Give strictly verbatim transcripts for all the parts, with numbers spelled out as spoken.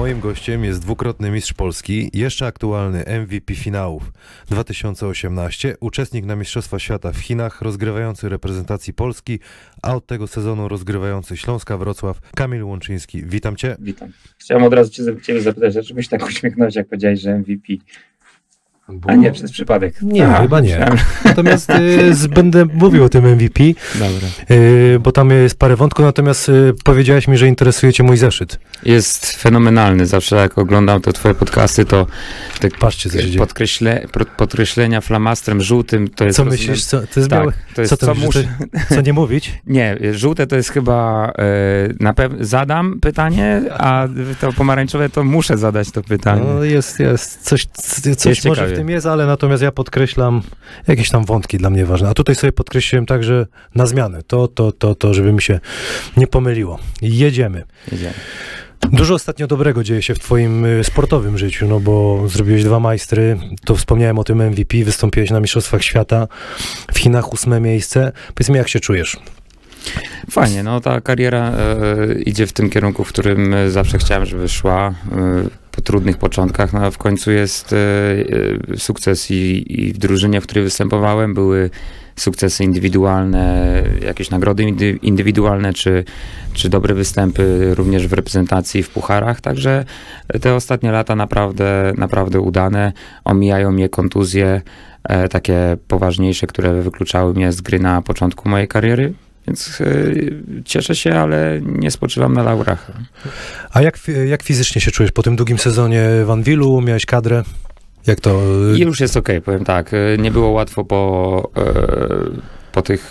Moim gościem jest dwukrotny mistrz Polski, jeszcze aktualny M V P finałów dwa tysiące osiemnaście, uczestnik na Mistrzostwa Świata w Chinach, rozgrywający reprezentacji Polski, a od tego sezonu rozgrywający Śląska Wrocław, Kamil Łączyński. Witam Cię. Witam. Chciałem od razu Cię, ciebie zapytać, czy byś tak uśmiechnąłeś, jak powiedziałeś, że M V P. Bo... A nie, przez przypadek. Nie, Aha, chyba nie. Myślałem. Natomiast y, z, będę mówił o tym M V P, Dobra. Y, bo tam jest parę wątków, natomiast y, powiedziałeś mi, że interesuje Cię mój zeszyt. Jest fenomenalny. Zawsze jak oglądam te Twoje podcasty, to te Patrzcie, co się dzieje. Podkreśle, podkreślenia flamastrem żółtym, to jest... Co myślisz? Co, to jest tak, białe? to jest, co to co, myślisz, muszę... co nie mówić? Nie, żółte to jest chyba... E, na pewno zadam pytanie, a to pomarańczowe to muszę zadać to pytanie. No jest, jest. Coś, coś jest może ciekawie. w tym jest, ale natomiast ja podkreślam jakieś tam wątki dla mnie ważne. A tutaj sobie podkreśliłem także na zmianę. To, to, to, to, żeby mi się nie pomyliło. Jedziemy. Jedziemy. Dużo ostatnio dobrego dzieje się w twoim y, sportowym życiu, no bo zrobiłeś dwa majstry, to wspomniałem o tym M V P, wystąpiłeś na Mistrzostwach Świata, w Chinach ósme miejsce. Powiedz mi, jak się czujesz? Fajnie, no ta kariera e, idzie w tym kierunku, w którym zawsze chciałem, żeby szła. E, po trudnych początkach, no a w końcu jest e, e, sukces i, i w drużynie, w której występowałem, były sukcesy indywidualne, jakieś nagrody indy, indywidualne, czy, czy dobre występy również w reprezentacji, w pucharach, także te ostatnie lata naprawdę, naprawdę udane. Omijają mnie kontuzje, e, takie poważniejsze, które wykluczały mnie z gry na początku mojej kariery. Więc y, cieszę się, ale nie spoczywam na laurach. A jak, jak fizycznie się czujesz po tym długim sezonie w Anwilu? Miałeś kadrę? Jak to? I już jest okej, okay, powiem tak. Nie było łatwo po, y, po tych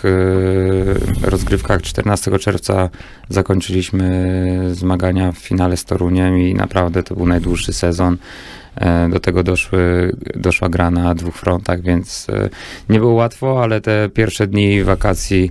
y, rozgrywkach. czternastego czerwca zakończyliśmy zmagania w finale z Toruniem i naprawdę to był najdłuższy sezon. Do tego doszły, doszła gra na dwóch frontach, więc nie było łatwo, ale te pierwsze dni wakacji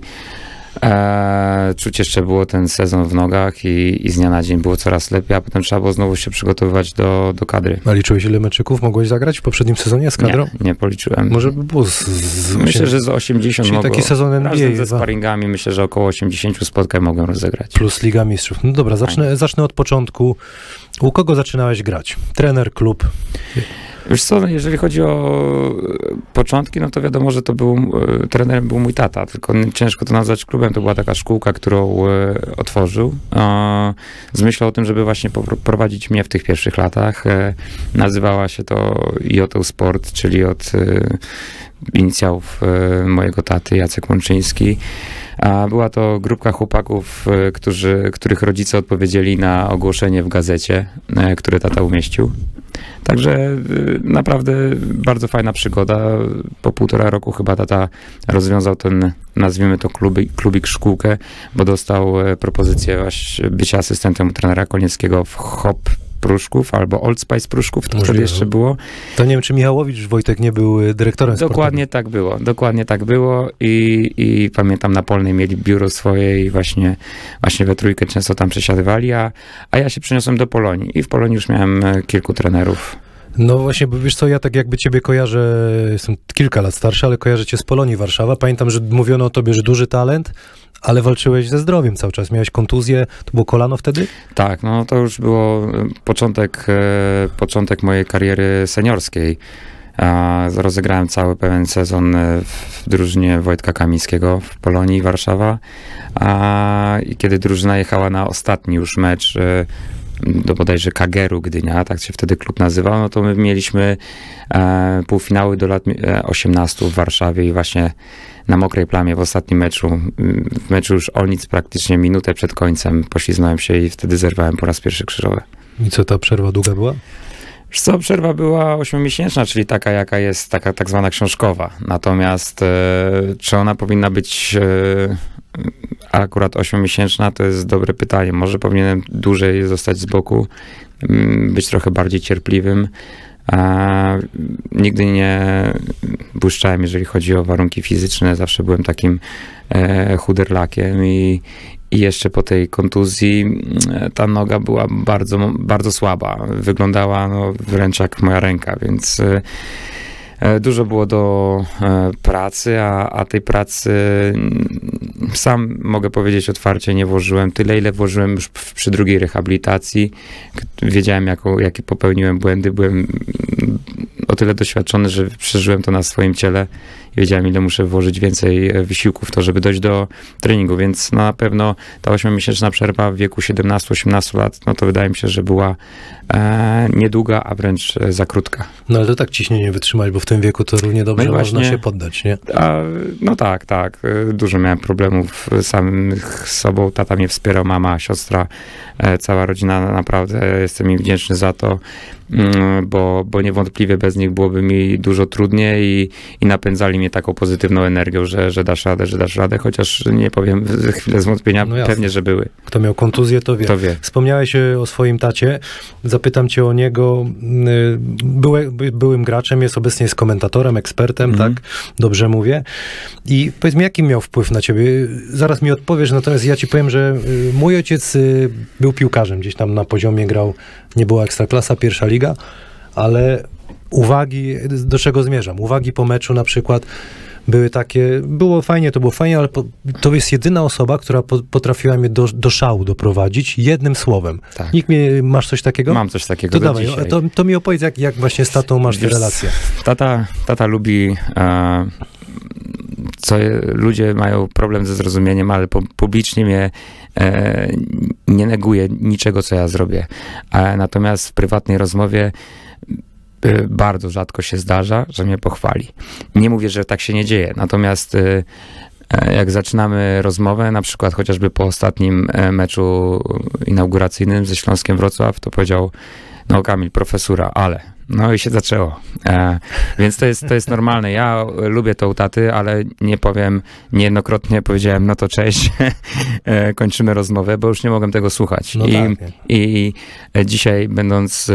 e, czuć jeszcze było ten sezon w nogach i, i z dnia na dzień było coraz lepiej, a potem trzeba było znowu się przygotowywać do, do kadry. A liczyłeś, ile meczyków mogłeś zagrać w poprzednim sezonie z kadrą? Nie, nie policzyłem. Może by było z, z Myślę, że z osiemdziesiąt Czyli mogło. taki sezon N B A. Razem ze sparingami myślę, że około osiemdziesiąt spotkań mogłem rozegrać. Plus Liga Mistrzów. No dobra, zacznę, zacznę od początku. U kogo zaczynałeś grać? Trener, klub? Wiesz co, jeżeli chodzi o początki, no to wiadomo, że to był, trenerem był mój tata, tylko ciężko to nazwać klubem, to była taka szkółka, którą otworzył, z myślą o tym, żeby właśnie prowadzić mnie w tych pierwszych latach. Nazywała się to J O Sport, czyli od inicjałów mojego taty, Jacek Łączyński. A była to grupka chłopaków, którzy, których rodzice odpowiedzieli na ogłoszenie w gazecie, które tata umieścił. Także naprawdę bardzo fajna przygoda. Po półtora roku chyba tata rozwiązał ten, nazwijmy to klubik, klubik szkółkę, bo dostał propozycję właśnie bycia asystentem trenera Konieckiego w Hop Pruszków albo Old Spice Pruszków, to wtedy jeszcze było. To nie wiem, czy Michałowicz Wojtek nie był dyrektorem sportowym. Dokładnie tak było, dokładnie tak było i, i pamiętam, na Polnej mieli biuro swoje i właśnie, właśnie we trójkę często tam przesiadywali, a, a ja się przeniosłem do Polonii i w Polonii już miałem kilku trenerów. No właśnie, bo wiesz co, ja tak jakby ciebie kojarzę, jestem kilka lat starszy, ale kojarzę cię z Polonii Warszawa. Pamiętam, że mówiono o tobie, że duży talent, ale walczyłeś ze zdrowiem cały czas. Miałeś kontuzję, to było kolano wtedy? Tak, no to już było początek, początek mojej kariery seniorskiej. Rozegrałem cały pewien sezon w drużynie Wojtka Kamińskiego w Polonii Warszawa. I kiedy drużyna jechała na ostatni już mecz do bodajże Kageru Gdynia, tak się wtedy klub nazywał, no to my mieliśmy e, półfinały do lat osiemnastu w Warszawie i właśnie na mokrej plamie w ostatnim meczu, w meczu już o nic praktycznie minutę przed końcem pośliznąłem się i wtedy zerwałem po raz pierwszy krzyżowe. I co, ta przerwa długa była? Wiesz co, przerwa była ośmiomiesięczna, czyli taka, jaka jest, taka tak zwana książkowa. Natomiast e, czy ona powinna być e, akurat ośmiomiesięczna, to jest dobre pytanie. Może powinienem dłużej zostać z boku, być trochę bardziej cierpliwym. A nigdy nie błyszczałem, jeżeli chodzi o warunki fizyczne. Zawsze byłem takim e, chuderlakiem i, i jeszcze po tej kontuzji ta noga była bardzo, bardzo słaba. Wyglądała no, wręcz jak moja ręka, więc e, dużo było do e, pracy, a, a tej pracy sam mogę powiedzieć otwarcie, nie włożyłem tyle, ile włożyłem już p- przy drugiej rehabilitacji. K- Wiedziałem, jaką, jakie popełniłem błędy. Byłem o tyle doświadczony, że przeżyłem to na swoim ciele i wiedziałem, ile muszę włożyć więcej e, wysiłku w to, żeby dojść do treningu, więc na pewno ta ośmiomiesięczna przerwa w wieku siedemnastu osiemnastu lat, no to wydaje mi się, że była e, niedługa, a wręcz e, za krótka. No ale to tak ciśnienie wytrzymać, bo w tym wieku to równie dobrze No i można właśnie- się poddać, nie? A, no tak, tak. E, Dużo miałem problemów samych z sobą. Tata mnie wspierał, mama, siostra, e, cała rodzina. Naprawdę jestem im wdzięczny za to, mm, bo, bo niewątpliwie bez nich byłoby mi dużo trudniej i, i napędzali mnie taką pozytywną energią, że, że dasz radę, że dasz radę, chociaż nie powiem, chwilę zwątpienia, No jasne. pewnie, że były. Kto miał kontuzję, to wie. To wie. Wspomniałeś e, o swoim tacie. Zapytam cię o niego. Y, Były, by- byłym graczem, jest obecnie jest komentatorem, ekspertem, Mhm. tak? Dobrze mówię. I powiedz mi, jaki miał wpływ na ciebie? Zaraz mi odpowiesz, natomiast ja ci powiem, że y, mój ojciec y, był piłkarzem, gdzieś tam na poziomie grał, nie była ekstraklasa, pierwsza liga, ale uwagi, do czego zmierzam? Uwagi po meczu na przykład były takie, było fajnie, to było fajnie, ale po, to jest jedyna osoba, która po, potrafiła mnie do, do szału doprowadzić jednym słowem. Tak. Nikt mnie, masz coś takiego? Mam coś takiego To do dawaj, dzisiaj. to, to mi opowiedz, jak, jak właśnie z tatą masz te Wiesz, relacje. Tata, tata lubi, e, co je- ludzie mają problem ze zrozumieniem, ale pu- publicznie mnie e, nie neguje niczego, co ja zrobię. A natomiast w prywatnej rozmowie e, bardzo rzadko się zdarza, że mnie pochwali. Nie mówię, że tak się nie dzieje, natomiast e, e, jak zaczynamy rozmowę, na przykład chociażby po ostatnim e, meczu inauguracyjnym ze Śląskiem Wrocław, to powiedział: no Kamil, profesura, ale. No i się zaczęło. E, więc to jest, to jest normalne. Ja lubię to u taty, ale nie powiem, niejednokrotnie powiedziałem, no to cześć, e, kończymy rozmowę, bo już nie mogłem tego słuchać. No I, tak. i e, dzisiaj, będąc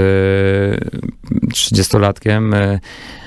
trzydziestolatkiem, e,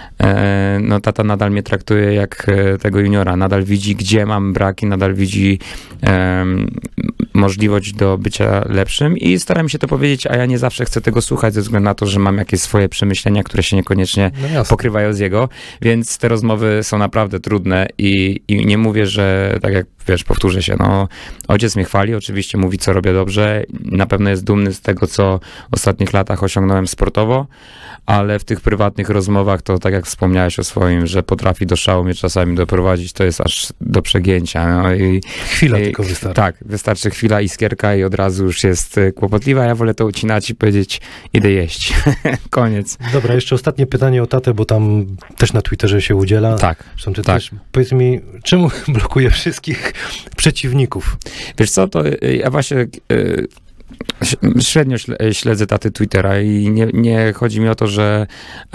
e, no tata nadal mnie traktuje jak e, tego juniora. Nadal widzi, gdzie mam braki, nadal widzi em, możliwość do bycia lepszym i staram się to powiedzieć, a ja nie zawsze chcę tego słuchać ze względu na to, że mam jakieś swoje przemyślenia, które się niekoniecznie No jasne. pokrywają z jego, więc te rozmowy są naprawdę trudne i, i nie mówię, że tak jak wiesz, powtórzę się, no ojciec mnie chwali, oczywiście mówi, co robię dobrze, na pewno jest dumny z tego, co w ostatnich latach osiągnąłem sportowo, ale w tych prywatnych rozmowach to tak jak wspomniałeś o swoim, że potrafi do szału mnie czasami doprowadzić, to jest aż do przegięcia. No i Chwila i- tylko wystarczy. tak, wystarczy chwila, iskierka i od razu już jest y, kłopotliwa. Ja wolę to ucinać i powiedzieć, idę jeść. Koniec. Dobra, jeszcze ostatnie pytanie o tatę, bo tam też na Twitterze się udziela. Tak. Zresztą ty tak. też. Powiedz mi, czemu blokuje wszystkich przeciwników? Wiesz co, to y, ja właśnie y, ś- średnio śle- śledzę taty Twittera i nie, nie chodzi mi o to, że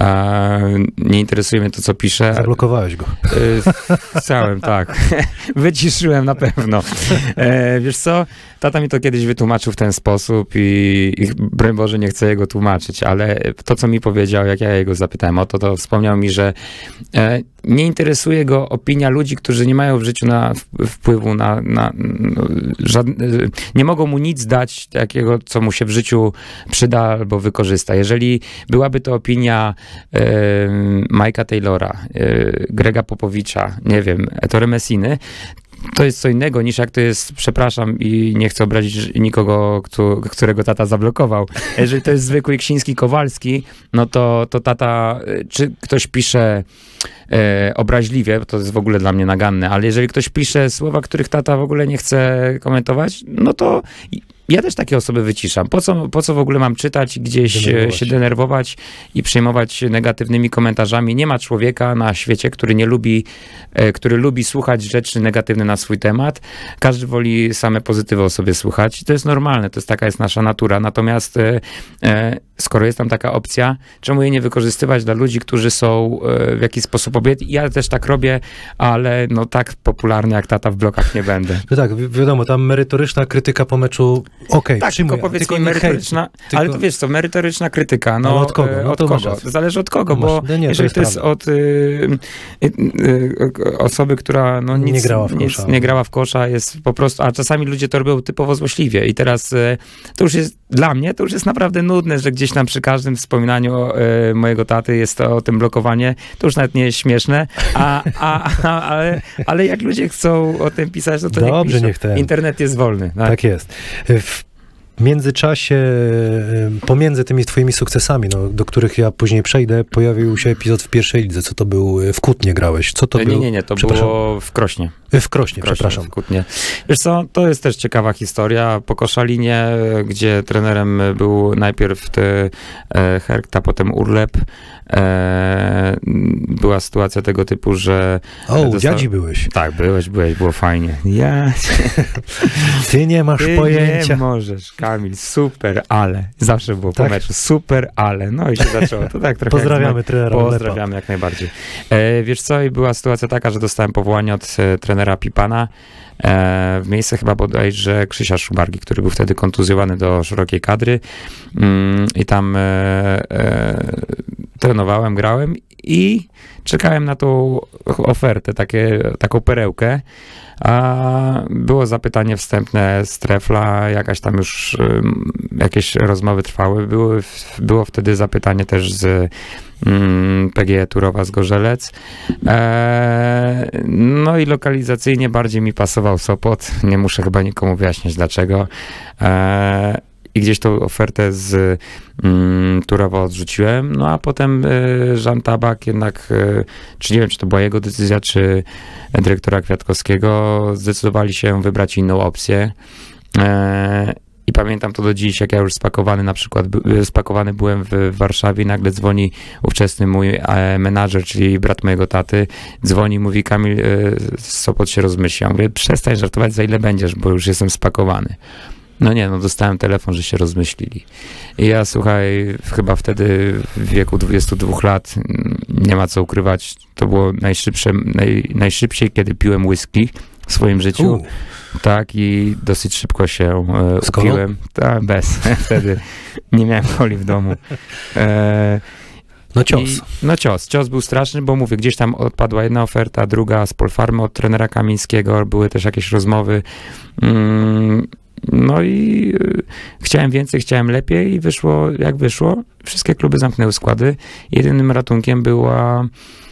e, nie interesuje mnie to, co pisze. Zablokowałeś go. Y, Chciałem, tak. Wyciszyłem na pewno. E, wiesz co, tata mi to kiedyś wytłumaczył w ten sposób i, i broń Boże nie chcę jego tłumaczyć, ale to, co mi powiedział, jak ja jego zapytałem o to, to wspomniał mi, że e, nie interesuje go opinia ludzi, którzy nie mają w życiu na, wpływu na, na no, żadne, nie mogą mu nic dać takiego, co mu się w życiu przyda albo wykorzysta. Jeżeli byłaby to opinia e, Mike'a Taylora, e, Grega Popowicza, nie wiem, Ettore Messiny, to jest co innego niż jak to jest, przepraszam i nie chcę obrazić nikogo, kto, którego tata zablokował. Jeżeli to jest zwykły Ksiński Kowalski, no to, to tata, czy ktoś pisze e, obraźliwie, bo to jest w ogóle dla mnie naganne, ale jeżeli ktoś pisze słowa, których tata w ogóle nie chce komentować, no to ja też takie osoby wyciszam. Po co, po co w ogóle mam czytać, gdzieś Denerwować. się denerwować i przejmować negatywnymi komentarzami? Nie ma człowieka na świecie, który nie lubi, e, który lubi słuchać rzeczy negatywne na swój temat. Każdy woli same pozytywy o sobie słuchać. I to jest normalne, to jest taka jest nasza natura. Natomiast e, e, skoro jest tam taka opcja, czemu jej nie wykorzystywać dla ludzi, którzy są e, w jakiś sposób objęci? Ja też tak robię, ale no tak popularny jak tata w blokach nie będę. No tak, wi- wiadomo, tam merytoryczna krytyka po meczu, okej, Tak, przyjmuję, tylko powiedzmy nie merytoryczna, hejt, tylko- ale to wiesz co, merytoryczna krytyka, no Ale od kogo? e, No od to masz kogo? rację. Zależy od kogo, Masz- bo no nie, to jeżeli jest to jest prawda. od y, y, y, osoby, która no nic Nie grała w nic kosza. nie grała w kosza, jest po prostu, a czasami ludzie to robią typowo złośliwie i teraz y, to już jest dla mnie to już jest naprawdę nudne, że gdzieś tam przy każdym wspominaniu e, mojego taty jest to o tym blokowanie. To już nawet nie jest śmieszne, a, a, a, ale, ale jak ludzie chcą o tym pisać, no to Dobrze, niech, niech ten. Internet jest wolny. Tak? Tak jest. W międzyczasie, y, pomiędzy tymi twoimi sukcesami, no, do których ja później przejdę, pojawił się epizod w pierwszej lidze. Co to był? W Kutnie grałeś. Co to nie, był? nie, nie, to Przepraszam. było w Krośnie. W Krośnie, Krośnie, przepraszam. w Kutnie. Wiesz co, to jest też ciekawa historia. Po Koszalinie, gdzie trenerem był najpierw te, e, Herkt, a potem Urlep, e, była sytuacja tego typu, że... O, u dosta- dziadzi byłeś. Tak, byłeś, byłeś, było fajnie. Ja... Ty nie masz Ty pojęcia. nie możesz, Kamil, super, ale. Zawsze było po Tak? meczu, super, ale. No i się zaczęło. To tak trochę Pozdrawiamy trenera Urlepa. Pozdrawiamy jak najbardziej. E, wiesz co, i była sytuacja taka, że dostałem powołanie od e, trenera Pipana e, w miejsce chyba bodajże Krzysia Szubargi, który był wtedy kontuzjowany do szerokiej kadry mm, i tam e, e, trenowałem, grałem i czekałem na tą ofertę, takie, taką perełkę. A było zapytanie wstępne z Trefla, jakaś tam już um, jakieś rozmowy trwały. Były, było wtedy zapytanie też z um, P G E Turowa z Gorzelec. E, no i lokalizacyjnie bardziej mi pasował Sopot. Nie muszę chyba nikomu wyjaśniać dlaczego. E, I gdzieś tą ofertę z mm, Turowa odrzuciłem, no a potem y, Jean Tabak jednak, y, czy nie wiem, czy to była jego decyzja, czy dyrektora Kwiatkowskiego, zdecydowali się wybrać inną opcję. E, I pamiętam to do dziś, jak ja już spakowany na przykład, by, spakowany byłem w, w Warszawie, nagle dzwoni ówczesny mój e, menadżer, czyli brat mojego taty, dzwoni, mówi: Kamil, y, Sopot się rozmyśli. Ja mówię: przestań żartować, za ile będziesz, bo już jestem spakowany. No nie, no dostałem telefon, że się rozmyślili. I ja, słuchaj, chyba wtedy w wieku dwudziestu dwóch lat, nie ma co ukrywać, to było najszybsze, naj, najszybciej, kiedy piłem whisky w swoim życiu. U. Tak, i dosyć szybko się e, Z kolą? upiłem. Tak, bez. Wtedy nie miałem coli w domu. E, No cios. I, no cios. Cios był straszny, bo mówię, gdzieś tam odpadła jedna oferta, druga z Polfarmy od trenera Kamińskiego, były też jakieś rozmowy. Mm, No i y, chciałem więcej, chciałem lepiej i wyszło jak wyszło. Wszystkie kluby zamknęły składy. Jedynym ratunkiem była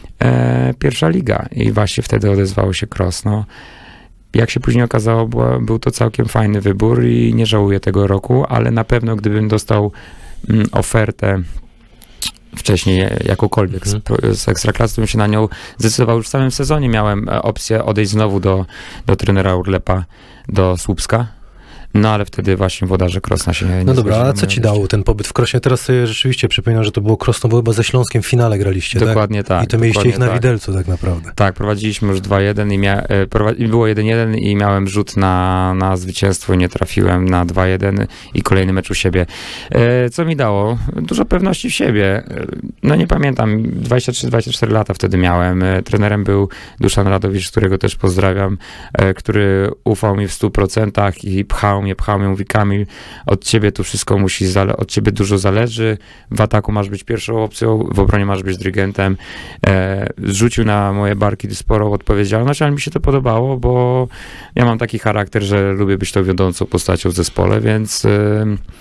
e, pierwsza liga i właśnie wtedy odezwało się Krosno. Jak się później okazało, była, był to całkiem fajny wybór i nie żałuję tego roku, ale na pewno gdybym dostał mm, ofertę wcześniej jakąkolwiek z, z Ekstraklasy, to bym się na nią zdecydował. Już w samym sezonie miałem opcję odejść znowu do, do trenera Urlepa, do Słupska. No ale wtedy właśnie włodarze Krosna się nie No dobra, a zgodzili co ci na dał ten pobyt w Krośnie? Teraz sobie rzeczywiście przypominam, że to było Krosno, bo chyba ze Śląskiem w finale graliście, Dokładnie tak. I to mieliście dokładnie ich na tak. widelcu tak naprawdę. Tak, prowadziliśmy już dwa jeden i mia- e, prowadzi- było jeden jeden i miałem rzut na, na zwycięstwo i nie trafiłem na dwa jeden i kolejny mecz u siebie. E, co mi dało? Dużo pewności w siebie. E, no nie pamiętam, dwadzieścia trzy dwadzieścia cztery lata wtedy miałem. E, trenerem był Duszan Radowicz, którego też pozdrawiam, e, który ufał mi w stu procentach i pchał mnie, pchał mnie, mówi: Kamil, od ciebie tu wszystko musi, zale- od ciebie dużo zależy, w ataku masz być pierwszą opcją, w obronie masz być dyrygentem. E, zrzucił na moje barki sporą odpowiedzialność, ale mi się to podobało, bo ja mam taki charakter, że lubię być tą wiodącą postacią w zespole, więc e,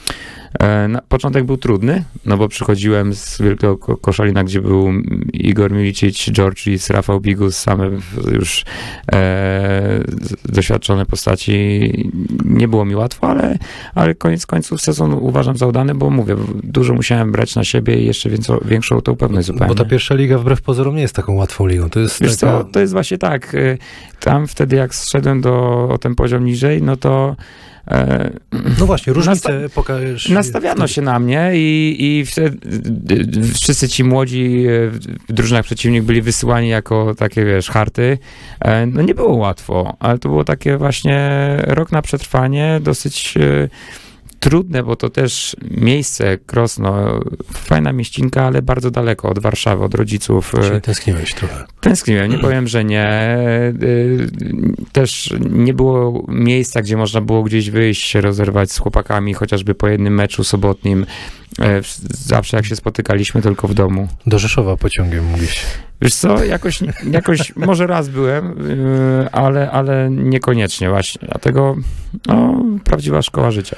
e, na, początek był trudny, no bo przychodziłem z Wielkiego Ko- Koszalina, gdzie był Igor Milicic, George i Rafał Bigus, same już e, doświadczone postaci. Nie było mi łatwo, ale, ale koniec końców sezon uważam za udany, bo mówię, dużo musiałem brać na siebie i jeszcze więcej, większą tą pewność zupełnie. Bo ta pierwsza liga wbrew pozorom nie jest taką łatwą ligą. To jest Wiesz taka... co, to jest właśnie tak, y, tam wtedy jak zszedłem do, o ten poziom niżej, no to e, No właśnie, różnice Nasta- pokaż... nastawiano się na mnie i, i wtedy y, wszyscy ci młodzi y, w drużynach przeciwnik byli wysyłani jako takie, wiesz, harty. E, no nie było łatwo, ale to było takie właśnie rok na przetrwanie, dosyć y, trudne, bo to też miejsce, Krosno, fajna mieścinka, ale bardzo daleko od Warszawy, od rodziców. Czyli tęskniłeś trochę. Tęskniłem, nie powiem, że nie. Y, Też nie było miejsca, gdzie można było gdzieś wyjść, się rozerwać z chłopakami, chociażby po jednym meczu sobotnim. E, Zawsze jak się spotykaliśmy, tylko w domu. Do Rzeszowa pociągiem mówisz. Wiesz co, jakoś, jakoś może raz byłem, y, ale, ale niekoniecznie właśnie. Dlatego no, prawdziwa szkoła życia. No to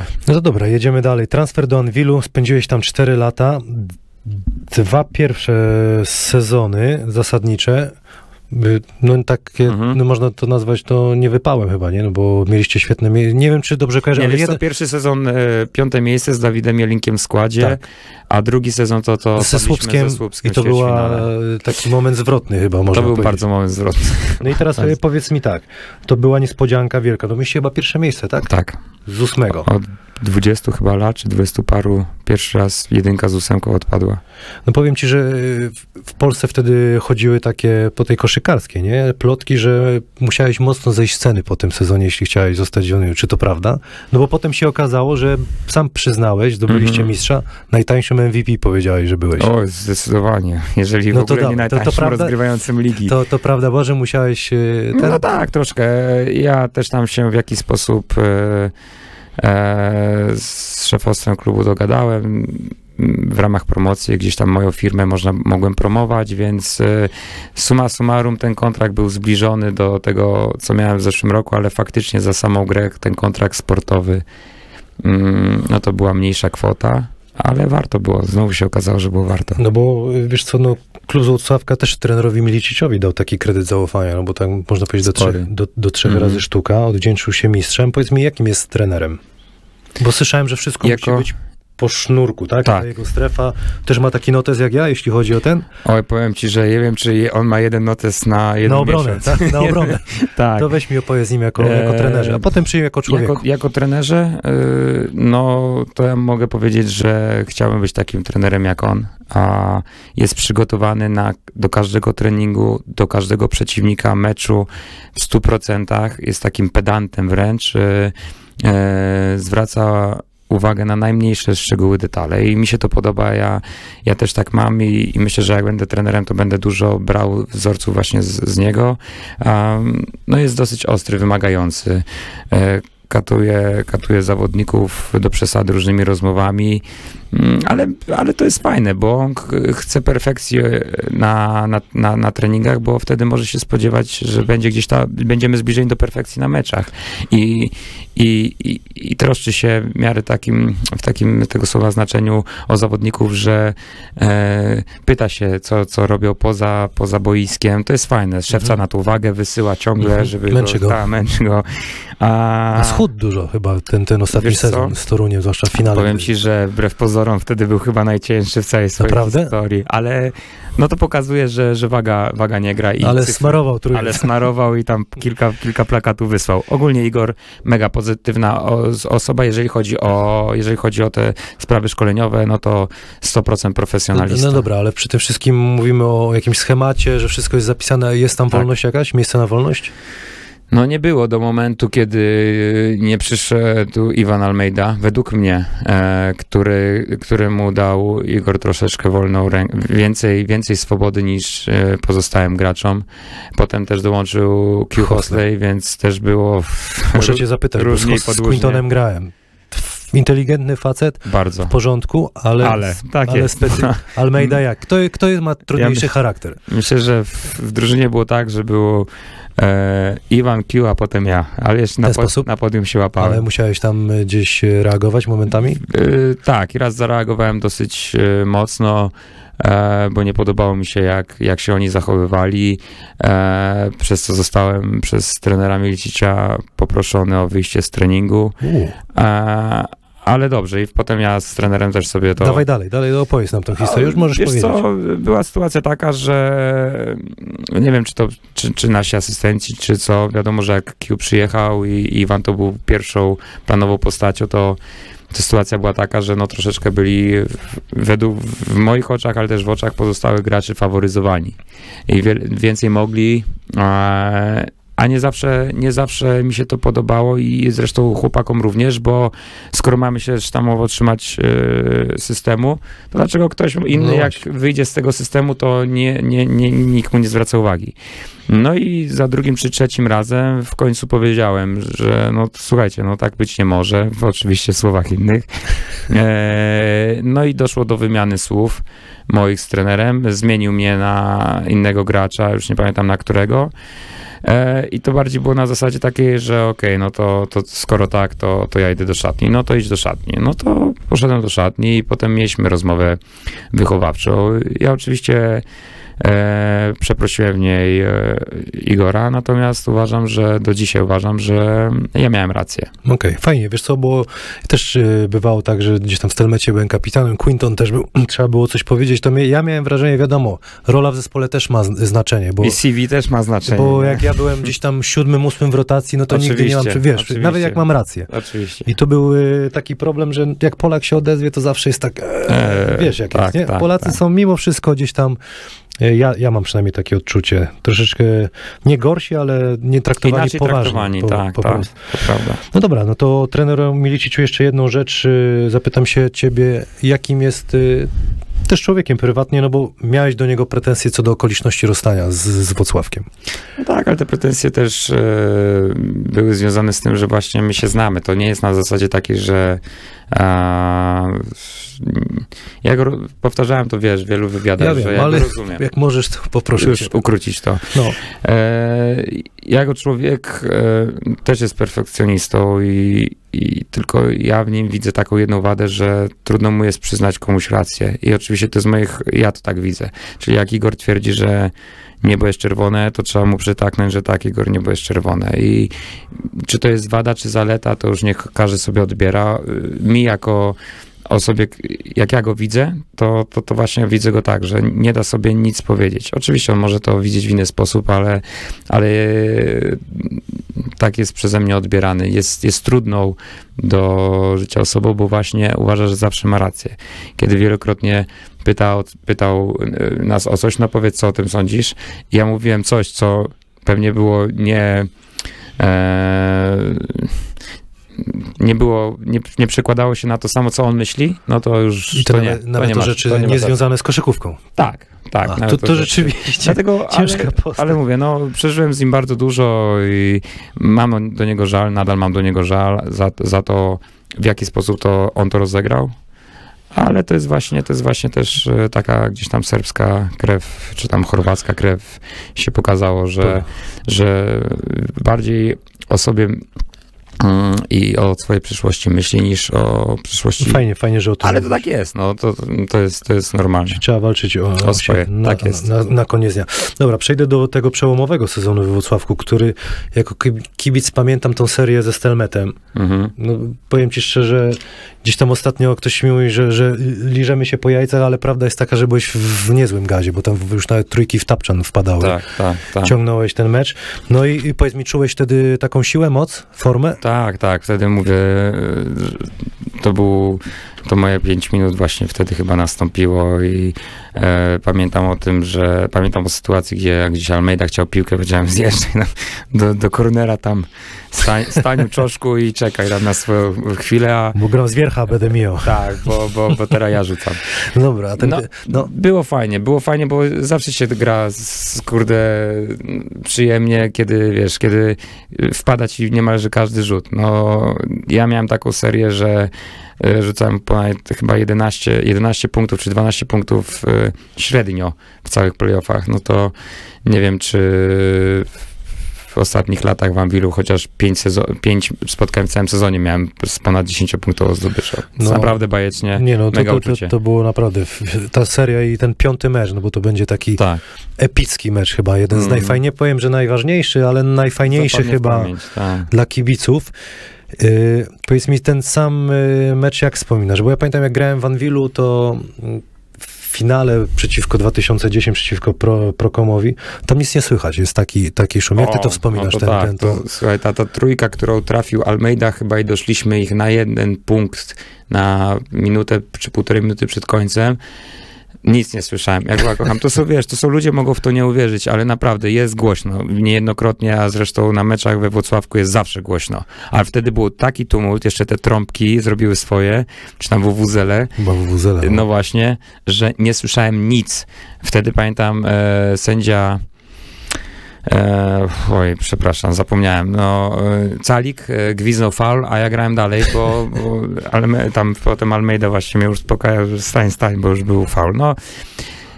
dobra, jedziemy dalej. Transfer do Anwilu, spędziłeś tam cztery lata, dwa pierwsze sezony zasadnicze, by- no takie, Mhm. no można to nazwać to niewypałem chyba, nie? No bo mieliście świetne, mie- nie wiem czy dobrze kojarzę, Nie, ale wiesz jeden, co, pierwszy sezon e, piąte miejsce z Dawidem Jelinkiem w składzie, Tak. a drugi sezon to, to ze padliśmy Słupskiem ze Słupskiem i to w była ćwierćfinale. taki moment zwrotny chyba, można To był powiedzieć. bardzo moment zwrotny. No i teraz sobie powiedz mi tak, to była niespodzianka wielka, no mieliście chyba pierwsze miejsce, tak? Tak. Z ósmego. Od dwudziestu chyba lat, czy dwudziestu paru, pierwszy raz jedynka z ósemką odpadła. No powiem ci, że w, w Polsce wtedy chodziły takie po tej koszykarskiej, nie? Plotki, że musiałeś mocno zejść z ceny po tym sezonie, jeśli chciałeś zostać zielony. Czy to prawda? No bo potem się okazało, że sam przyznałeś, zdobyliście Mhm. mistrza, najtańszym M V P powiedziałeś, że byłeś. O, zdecydowanie. Jeżeli No w to ogóle nie dobra, to- to najtańszym prawda? rozgrywającym ligi. To, to prawda, bo że musiałeś... e, Ten... No tak, troszkę. Ja też tam się w jakiś sposób e, e, z szefostwem klubu dogadałem. W ramach promocji gdzieś tam moją firmę można, mogłem promować, więc e, summa summarum ten kontrakt był zbliżony do tego, co miałem w zeszłym roku, ale faktycznie za samą grę ten kontrakt sportowy, mm, no to była mniejsza kwota, ale warto było. Znowu się okazało, że było warto. No bo y, wiesz co, no klub z Włocławka też trenerowi Miliciciowi dał taki kredyt zaufania, no bo tak można powiedzieć do Spory. trzech, do, do trzech Mhm. razy sztuka, odwdzięczył się mistrzem. Powiedz mi, jakim jest trenerem? Bo słyszałem, że wszystko Jako- musi być po sznurku, tak? Tak. Ta jego strefa też ma taki notes jak ja, jeśli chodzi o ten? Oj, powiem ci, że nie wiem, czy je- on ma jeden notes na jeden Na obronę, miesiąc. tak? Na obronę. Tak. To weź mi opowiedz nim jako, jako Eee, trenerze, a potem przyjmij jako człowieku. Jako, jako trenerze, yy, no to ja mogę powiedzieć, że chciałbym być takim trenerem jak on, a jest przygotowany na, do każdego treningu, do każdego przeciwnika, meczu w stu procentach, jest takim pedantem wręcz, yy, yy, zwraca uwagę na najmniejsze szczegóły, detale i mi się to podoba, ja, ja też tak mam i, i myślę, że jak będę trenerem, to będę dużo brał wzorców właśnie z, z niego. Um, no jest dosyć ostry, wymagający. E, katuje, katuje zawodników do przesady różnymi rozmowami, mm, ale, ale to jest fajne, bo on ch- chce perfekcji na, na, na, na treningach, bo wtedy może się spodziewać, że będzie gdzieś ta, będziemy zbliżeni do perfekcji na meczach i, i, i, i troszczy się w miarę takim, w takim tego słowa znaczeniu o zawodników, że e, pyta się, co, co robią poza, poza boiskiem. To jest fajne. Szewca Mhm. na to uwagę wysyła ciągle, Mhm. żeby Męczy go. Ta, męczy go. A, A schudł dużo chyba ten, ten ostatni Wiesz co? sezon z Toruniem, zwłaszcza w finale. powiem ci, że wbrew pozorom wtedy był chyba najcięższy w całej swojej Naprawdę? historii, ale no to pokazuje, że, że waga, waga nie gra. I Ale cyfry- smarował trójkę. ale smarował i tam kilka, kilka plakatów wysłał. Ogólnie Igor, mega pozytywna o, z- osoba, jeżeli chodzi o, jeżeli chodzi o te sprawy szkoleniowe, no to sto procent profesjonalista. No dobra, ale przy tym wszystkim mówimy o jakimś schemacie, że wszystko jest zapisane. Jest tam Tak. wolność jakaś? Miejsce na wolność? No nie było do momentu, kiedy nie przyszedł Iwan Almeida, według mnie, e, który, któremu dał Igor troszeczkę wolną rękę, więcej, więcej swobody niż e, pozostałym graczom. Potem też dołączył Q Hosley, więc też było Muszę cię zapytać, bo różniej z, z podłużnie. Quintonem grałem. Inteligentny facet, bardzo. w porządku, ale, Ale, tak ale jest. specy... Almeida jak? Kto, kto jest, ma trudniejszy Ja charakter? Myślę, że w, w drużynie było tak, że było e, Iwan Q, a potem ja, ale jeszcze na, ten po, sposób? na podium się łapałem. Ale musiałeś tam y, gdzieś y, reagować momentami? Y, tak, i raz zareagowałem dosyć y, mocno, e, bo nie podobało mi się, jak, jak się oni zachowywali, e, przez co zostałem przez trenera Milicicia poproszony o wyjście z treningu, U, e, ale dobrze, i potem ja z trenerem też sobie to... Dawaj dalej, dalej opowiedz nam tą historię, już możesz Wiesz powiedzieć. co, była sytuacja taka, że nie wiem, czy to, czy, czy nasi asystenci, czy co, wiadomo, że jak Q przyjechał i, i Iwan to był pierwszą planową postacią, to to sytuacja była taka, że no troszeczkę byli w- według w moich oczach, ale też w oczach pozostałych graczy faworyzowani. I wie, więcej mogli, a, a nie zawsze, nie zawsze mi się to podobało i zresztą chłopakom również, bo skoro mamy się sztamowo trzymać e, systemu, to dlaczego ktoś inny No jak właśnie. wyjdzie z tego systemu, to nie, nie, nie, nikt mu nie zwraca uwagi. No i za drugim czy trzecim razem w końcu powiedziałem, że no słuchajcie, no tak być nie może, w oczywiście słowach innych. E, no i doszło do wymiany słów moich z trenerem, zmienił mnie na innego gracza, już nie pamiętam na którego. E, I to bardziej było na zasadzie takiej, że okej, okay, no to, to skoro tak, to, to ja idę do szatni. No to idź do szatni. No to poszedłem do szatni i potem mieliśmy rozmowę wychowawczą. Ja oczywiście E, przeprosiłem w niej e, Igora, natomiast uważam, że do dzisiaj uważam, że ja miałem rację. Okej, okay, fajnie. Wiesz co, bo też y, bywało tak, że gdzieś tam w Stelmecie byłem kapitanem, Quinton też był, trzeba było coś powiedzieć, to mnie, ja miałem wrażenie, wiadomo, rola w zespole też ma z, znaczenie, bo... I C V też ma znaczenie. Bo jak ja byłem gdzieś tam siódmym, ósmym w rotacji, no to oczywiście, nigdy nie mam, wiesz, oczywiście. nawet jak mam rację. Oczywiście. I to był y, taki problem, że jak Polak się odezwie, to zawsze jest tak, e, Eee, wiesz jak tak, jest, nie? tak, Polacy tak. są mimo wszystko gdzieś tam. Ja, ja mam przynajmniej takie odczucie, troszeczkę nie gorsi, ale nie traktowani Inaczej poważnie. traktowani, po, tak, po tak, prostu. to prawda. No dobra, no to trener Milicicu jeszcze jedną rzecz, y, zapytam się ciebie, jakim jest y, też człowiekiem prywatnie, no bo miałeś do niego pretensje co do okoliczności rozstania z, z Włocławkiem. No tak, ale te pretensje też e, były związane z tym, że właśnie my się znamy. To nie jest na zasadzie takiej, że e, ja go powtarzałem to, wiesz, w wielu wywiadach, Ja że wiem, ja ale go rozumiem. jak możesz, to poproszę Już cię. ukrócić to. No. E, jako człowiek e, też jest perfekcjonistą i, i tylko ja w nim widzę taką jedną wadę, że trudno mu jest przyznać komuś rację. I oczywiście to z moich, ja to tak widzę. Czyli jak Igor twierdzi, że niebo jest czerwone, to trzeba mu przytaknąć, że tak, Igor, niebo jest czerwone. I czy to jest wada, czy zaleta, to już niech każdy sobie odbiera. Mi jako osobie, jak ja go widzę, to, to, to właśnie widzę go tak, że nie da sobie nic powiedzieć. Oczywiście on może to widzieć w inny sposób, ale, ale tak jest przeze mnie odbierany. Jest, jest trudną do życia osobą, bo właśnie uważa, że zawsze ma rację. Kiedy wielokrotnie pytał, pytał nas o coś, no powiedz, co o tym sądzisz? I ja mówiłem coś, co pewnie było nie... E, nie było, nie, nie przekładało się na to samo, co on myśli, no to już I to, to nawet, nie, nawet to nie to ma, rzeczy to nie ma niezwiązane z koszykówką. Tak, tak. A, nawet to, to rzeczy. rzeczywiście Dlatego, ciężka ale, postać. ale mówię, no przeżyłem z nim bardzo dużo i mam do niego żal, nadal mam do niego żal za, za to, w jaki sposób to on to rozegrał. Ale to jest właśnie, to jest właśnie też taka gdzieś tam serbska krew, czy tam chorwacka krew się pokazało, że, że bardziej o sobie i o swojej przyszłości myśli niż o przyszłości. Fajnie, fajnie, że o tym Ale to mówisz. tak jest, no to, to jest, to jest normalne. Trzeba walczyć o, O swoje, siebie. na, tak jest. Na, na koniec dnia. Dobra, przejdę do tego przełomowego sezonu we Włocławku, który jako kibic pamiętam tą serię ze Stelmetem. Mhm. No, powiem ci szczerze, gdzieś tam ostatnio ktoś mi mówi, że, że liżemy się po jajcach, ale prawda jest taka, że byłeś w, w niezłym gazie, bo tam już nawet trójki w tapczan wpadały. Tak, tak, tak. Ciągnąłeś ten mecz. No i, i powiedz mi, czułeś wtedy taką siłę, moc, formę? Tak, tak, wtedy mówię, to był, to moje pięć minut właśnie wtedy chyba nastąpiło i e, pamiętam o tym, że, pamiętam o sytuacji, gdzie jak gdzieś Almeida chciał piłkę, powiedziałem zjeżdżaj na, do, do kornera tam, stań, stań u czoszku i czekaj tam na swoją chwilę, a Bo gram z wiercha, będę miał. tak, bo, bo, bo teraz ja rzucam. Dobra, a ten, No, no, Było fajnie, było fajnie, bo zawsze się gra z, kurde przyjemnie, kiedy wiesz, kiedy wpada ci niemalże każdy rzut. No, ja miałem taką serię, że y, rzucałem ponad chyba jedenaście, jedenaście punktów czy dwanaście punktów y, średnio w całych playoffach. No to nie wiem, czy w ostatnich latach w Anwilu chociaż pięć, sezon, pięć spotkań w całym sezonie miałem z ponad dziesięciopunktową zdobyczą. To No, jest naprawdę bajecznie, nie no, to, mega to, to, uczucie. to było naprawdę, ta seria i ten piąty mecz, no bo to będzie taki Tak. epicki mecz chyba, jeden z Mm. najfajniej, powiem, że najważniejszy, ale najfajniejszy Zapadnie w chyba pamięć, tak. dla kibiców. Yy, powiedz mi, ten sam y, mecz jak wspominasz, bo ja pamiętam jak grałem w Anwilu, to mm, w finale przeciwko dwa tysiące dziesiątym, przeciwko Pro, Prokomowi, tam nic nie słychać, jest taki, taki szum. Jak ty to O, wspominasz? no to ten, tak, ten, to... to, słuchaj, ta, ta trójka, którą trafił Almeida, chyba i doszliśmy ich na jeden punkt na minutę czy półtorej minuty przed końcem. Nic nie słyszałem, jak go kocham. To są, wiesz, to są ludzie, mogą w to nie uwierzyć, ale naprawdę jest głośno. Niejednokrotnie, a zresztą na meczach we Włocławku jest zawsze głośno. Ale wtedy był taki tumult, jeszcze te trąbki zrobiły swoje, czy tam wuwuzele. Chyba w Wuzele. No właśnie, że nie słyszałem nic. Wtedy pamiętam e, sędzia e, oj, przepraszam, zapomniałem. No, e, Calik e, gwizdnął faul, a ja grałem dalej, bo, bo Alme, tam potem Almeida właśnie mnie już uspokajał, że stań, stań, bo już był faul. No,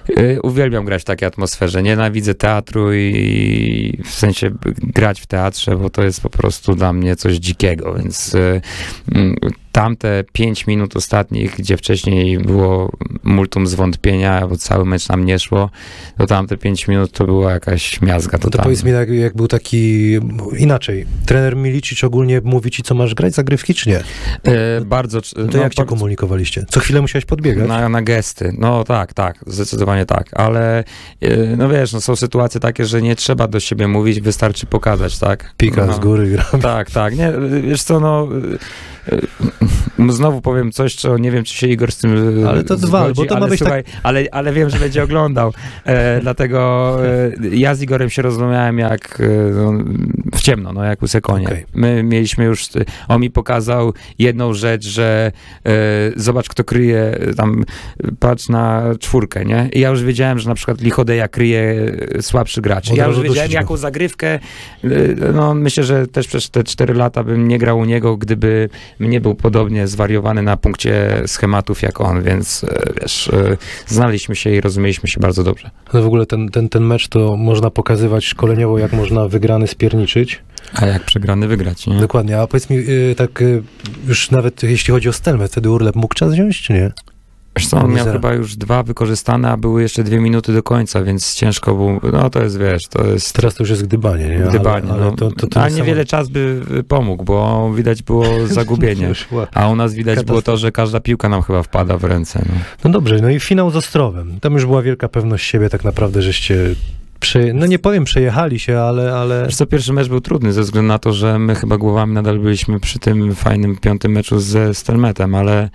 Y, Uwielbiam grać w takiej atmosferze. Nienawidzę teatru i w sensie grać w teatrze, bo to jest po prostu dla mnie coś dzikiego, więc y, y, tamte pięć minut ostatnich, gdzie wcześniej było multum zwątpienia, bo cały mecz nam nie szło, to tamte pięć minut to była jakaś miazga No to totalna. powiedz mi, jak, jak był taki inaczej. Trener Milicic ogólnie mówi ci, co masz grać, zagrywki, czy nie? Y, bardzo... No to jak cię komunikowaliście? Co chwilę musiałeś podbiegać? Na, na gesty. No tak, tak, zdecydowanie tak, ale y, no wiesz, no są sytuacje takie, że nie trzeba do siebie mówić, wystarczy pokazać, tak? Pika no. z góry gra. Tak, tak, nie, wiesz co, no y, y, znowu powiem coś, co nie wiem, czy się Igor z tym Ale to dwa, zgodzi, bo to ma ale być słuchaj, ale, ale wiem, że będzie oglądał, e, dlatego e, ja z Igorem się rozumiałem jak e, no, w ciemno, no jak łysy konie. Okej. My mieliśmy już, on mi pokazał jedną rzecz, że e, zobacz, kto kryje, tam patrz na czwórkę, nie? I ja już wiedziałem, że na przykład Lichodeja kryje słabszy gracz. Od Ja już razu wiedziałem, dusić go. jaką zagrywkę, e, no myślę, że też przez te cztery lata bym nie grał u niego, gdyby nie był podobnie zwariowany na punkcie schematów jak on, więc e, wiesz, e, znaliśmy się i rozumieliśmy się bardzo dobrze. No w ogóle ten, ten, ten mecz to można pokazywać szkoleniowo, jak można wygrany spierniczyć. A jak przegrany wygrać, nie? Dokładnie, a powiedz mi, y, tak y, już nawet jeśli chodzi o Stelmę, wtedy Urlep mógł czas wziąć, czy nie? Wiesz co, on Nie miał zero. chyba już dwa wykorzystane, a były jeszcze dwie minuty do końca, więc ciężko było, no to jest, wiesz, to jest Teraz to już jest gdybanie, nie? gdybanie, ale, ale no. to, to, to A nie samo- niewiele czas by pomógł, bo widać było zagubienie. Już ła- A u nas widać było to, że każda piłka nam chyba wpada w ręce. No. No dobrze, no i finał z Ostrowem. Tam już była wielka pewność siebie tak naprawdę, żeście prze... no nie powiem przejechali się, ale, ale... Wiesz co, pierwszy mecz był trudny ze względu na to, że my chyba głowami nadal byliśmy przy tym fajnym piątym meczu ze Stelmetem, ale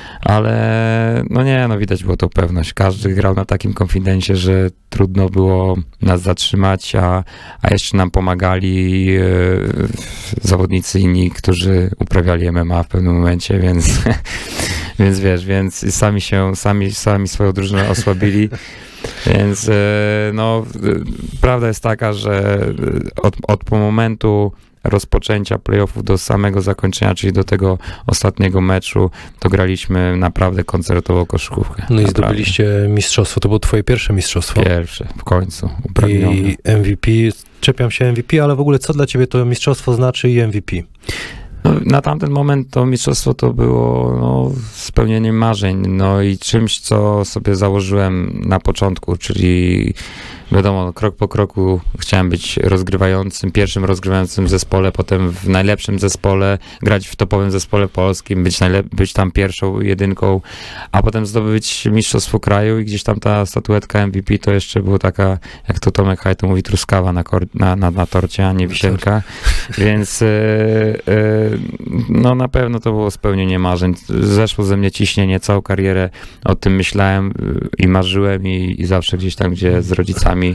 ale no nie, no widać było tą pewność. Każdy grał na takim konfidencie, że trudno było nas zatrzymać, a, a jeszcze nam pomagali e, zawodnicy inni, którzy uprawiali M M A w pewnym momencie, więc, więc wiesz, więc sami się, sami, sami swoją drużynę osłabili. Więc e, no, e, prawda jest taka, że od, od po momentu rozpoczęcia playoffów do samego zakończenia, czyli do tego ostatniego meczu, to graliśmy naprawdę koncertową koszykówkę. No i Naprawdę. zdobyliście mistrzostwo, to było twoje pierwsze mistrzostwo. Pierwsze, w końcu, uprawnione. I M V P, czepiam się M V P, ale w ogóle co dla ciebie to mistrzostwo znaczy i M V P? No, na tamten moment to mistrzostwo to było no, spełnieniem marzeń, no i czymś, co sobie założyłem na początku, czyli wiadomo, krok po kroku chciałem być rozgrywającym, pierwszym rozgrywającym w zespole, potem w najlepszym zespole, grać w topowym zespole polskim, być, najlep- być tam pierwszą jedynką, a potem zdobyć mistrzostwo kraju i gdzieś tam ta statuetka M V P to jeszcze było taka, jak to Tomek Haj to mówi, truskawa na, kor- na, na, na torcie, a nie wisienka, więc yy, yy, no na pewno to było spełnienie marzeń. Zeszło ze mnie ciśnienie, całą karierę o tym myślałem yy, i marzyłem i, i zawsze gdzieś tam, gdzie z rodzicami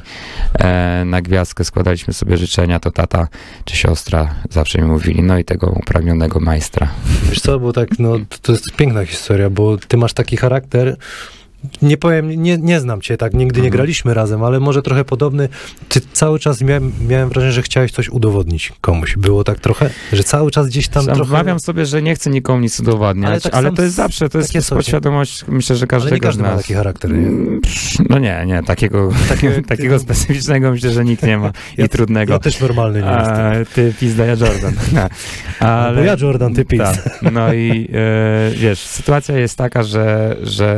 e, na gwiazdkę składaliśmy sobie życzenia, to tata czy siostra zawsze mi mówili, no i tego upragnionego majstra. Wiesz co, bo tak, no to, to jest piękna historia, bo ty masz taki charakter, nie powiem, nie, nie znam cię, tak, nigdy nie Mhm. graliśmy razem, ale może trochę podobny. Ty cały czas miałem, miałem wrażenie, że chciałeś coś udowodnić komuś. Było tak trochę, że cały czas gdzieś tam Sam trochę... Wmawiam sobie, że nie chcę nikomu nic udowadniać, Ale ale, tak sam to jest s- zawsze, to jest, takie to jest są, podświadomość, myślę, że Ale każdego nie każdy z nas. ma taki charakter, nie? No nie, nie, takiego, Takie- takiego specyficznego myślę, że nikt nie ma i Ja- trudnego. Ja też normalny nie jestem. A, ty pizda, ja Jordan. Ale, Bo ja Jordan, ty pizda. Tak. No i e, wiesz, sytuacja jest taka, że, że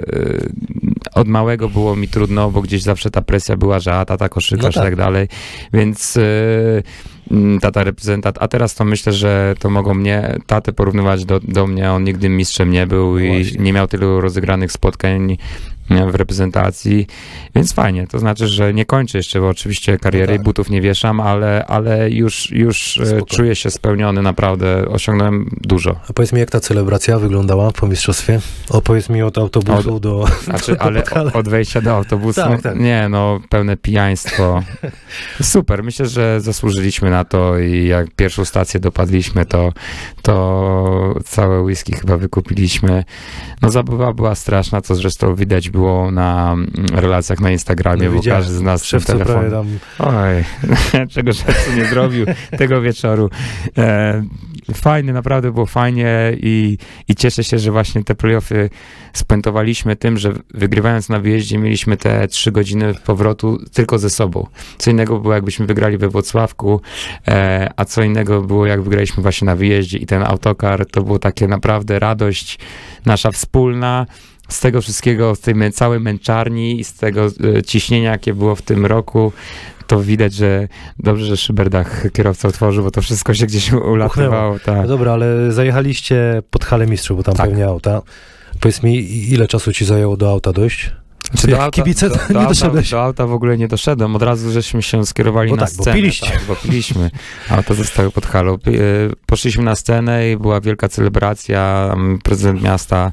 e, od małego było mi trudno, bo gdzieś zawsze ta presja była, że a tata koszykarz No i tak. tak dalej, więc e, tata reprezentant, a teraz to myślę, że to mogą mnie, tatę porównywać do, do mnie, on nigdy mistrzem nie był i Właśnie. nie miał tylu rozegranych spotkań w reprezentacji, więc fajnie, to znaczy, że nie kończę jeszcze, bo oczywiście kariery No i tak. butów nie wieszam, ale, ale już, już e, Spoko. czuję się spełniony, naprawdę osiągnąłem dużo. A powiedz mi, jak ta celebracja wyglądała po mistrzostwie? Opowiedz mi od autobusu do... Znaczy, do ale Podhala. od wejścia do autobusu, Tak, tak. nie no, pełne pijaństwo. Super, myślę, że zasłużyliśmy na to i jak pierwszą stację dopadliśmy, to, to całe whisky chyba wykupiliśmy. No zabawa była straszna, co zresztą widać było było na mm, relacjach na Instagramie, No bo widziałem. każdy z nas Szef co prawie tam... Oj, czego szef nie zrobił tego wieczoru. E, fajnie, naprawdę było fajnie i, i cieszę się, że właśnie te playoffy spuentowaliśmy tym, że wygrywając na wyjeździe mieliśmy te trzy godziny powrotu tylko ze sobą. Co innego było, jakbyśmy wygrali we Włocławku, e, a co innego było, jak wygraliśmy właśnie na wyjeździe i ten autokar, to było takie naprawdę radość nasza wspólna, z tego wszystkiego, z tej mę- całej męczarni i z tego e, ciśnienia, jakie było w tym roku, to widać, że dobrze, że Szyberdach kierowca otworzył, bo to wszystko się gdzieś ulatywało. No Tak. dobra, ale zajechaliście pod halę mistrzów, bo tam Tak. pewnie auta. Powiedz mi, ile czasu ci zajęło do auta dojść? Czy Jak kibice do, to do, nie auta, doszedłeś? do auta w ogóle nie doszedłem. Od razu żeśmy się skierowali Bo na tak, bo scenę. piliście. Tak, bo piliśmy. Auta zostały pod halą. Pi- e, Poszliśmy na scenę i była wielka celebracja. Tam prezydent miasta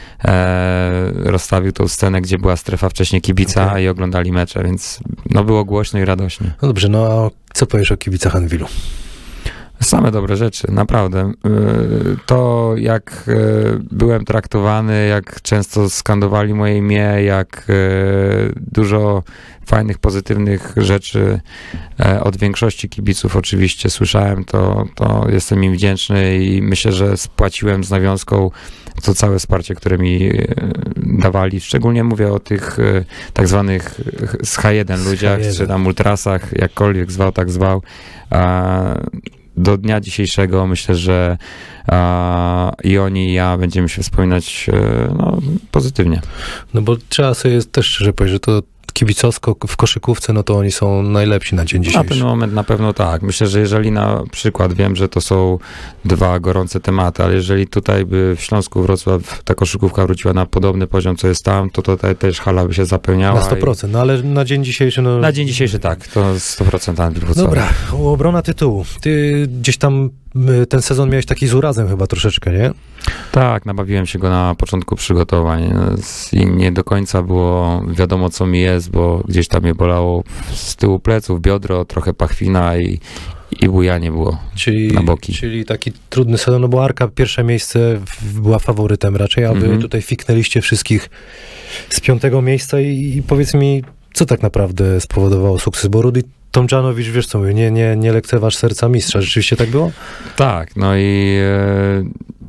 e, rozstawił tą scenę, gdzie była strefa wcześniej kibica Okej. i oglądali mecze, więc no było głośno i radośnie. No dobrze, no a co powiesz o kibicach Anwilu? Same dobre rzeczy, naprawdę. Yy, To, jak yy, byłem traktowany, jak często skandowali moje imię, jak yy, dużo fajnych, pozytywnych rzeczy e, od większości kibiców oczywiście słyszałem, to, to jestem im wdzięczny i myślę, że spłaciłem z nawiązką to całe wsparcie, które mi e, dawali. Szczególnie mówię o tych e, tak zwanych e, z H jeden ludziach, H jeden. czy tam ultrasach, jakkolwiek zwał, tak zwał. A, do dnia dzisiejszego myślę, że a, i oni, i ja będziemy się wspominać e, no, pozytywnie. No bo trzeba sobie też szczerze powiedzieć, że to kibicowsko w koszykówce, no to oni są najlepsi na dzień Na dzisiejszy. ten moment na pewno tak. Myślę, że jeżeli na przykład, wiem, że to są dwa gorące tematy, ale jeżeli tutaj by w Śląsku Wrocław ta koszykówka wróciła na podobny poziom, co jest tam, to tutaj też hala by się zapełniała. Na sto procent, no ale na dzień dzisiejszy, no... I na dzień dzisiejszy tak, to sto procent Anwil Wrocław. Dobra, obrona tytułu. Ty gdzieś tam y, ten sezon miałeś taki z urazem chyba troszeczkę, nie? Tak, nabawiłem się go na początku przygotowań i nie do końca było wiadomo, co mi jest, bo gdzieś tam mnie bolało z tyłu pleców, biodro, trochę pachwina i, i bujanie było. Czyli, Na boki. czyli taki trudny sezon, no bo Arka pierwsze miejsce w, była faworytem raczej, a wy Mhm. tutaj fiknęliście wszystkich z piątego miejsca i, i powiedz mi, co tak naprawdę spowodowało sukces, bo Rudy Tomjanowicz, wiesz co mówię, nie, nie, nie lekceważ serca mistrza, rzeczywiście tak było? Tak, no i e,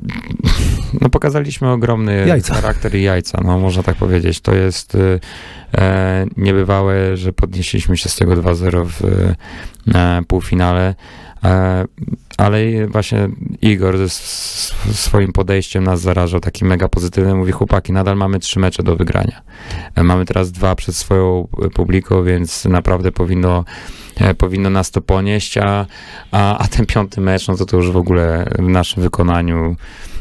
no pokazaliśmy ogromny Jajca. charakter i jajca, no można tak powiedzieć. To jest e, e, niebywałe, że podnieśliśmy się z tego dwa zero w e, półfinale, e, ale i właśnie Igor ze s- swoim podejściem nas zarażał, takim mega pozytywnym. Mówi, chłopaki, nadal mamy trzy mecze do wygrania. E, mamy teraz dwa przed swoją publiką, więc naprawdę powinno e, powinno nas to ponieść, a, a, a ten piąty mecz, no to to już w ogóle w naszym wykonaniu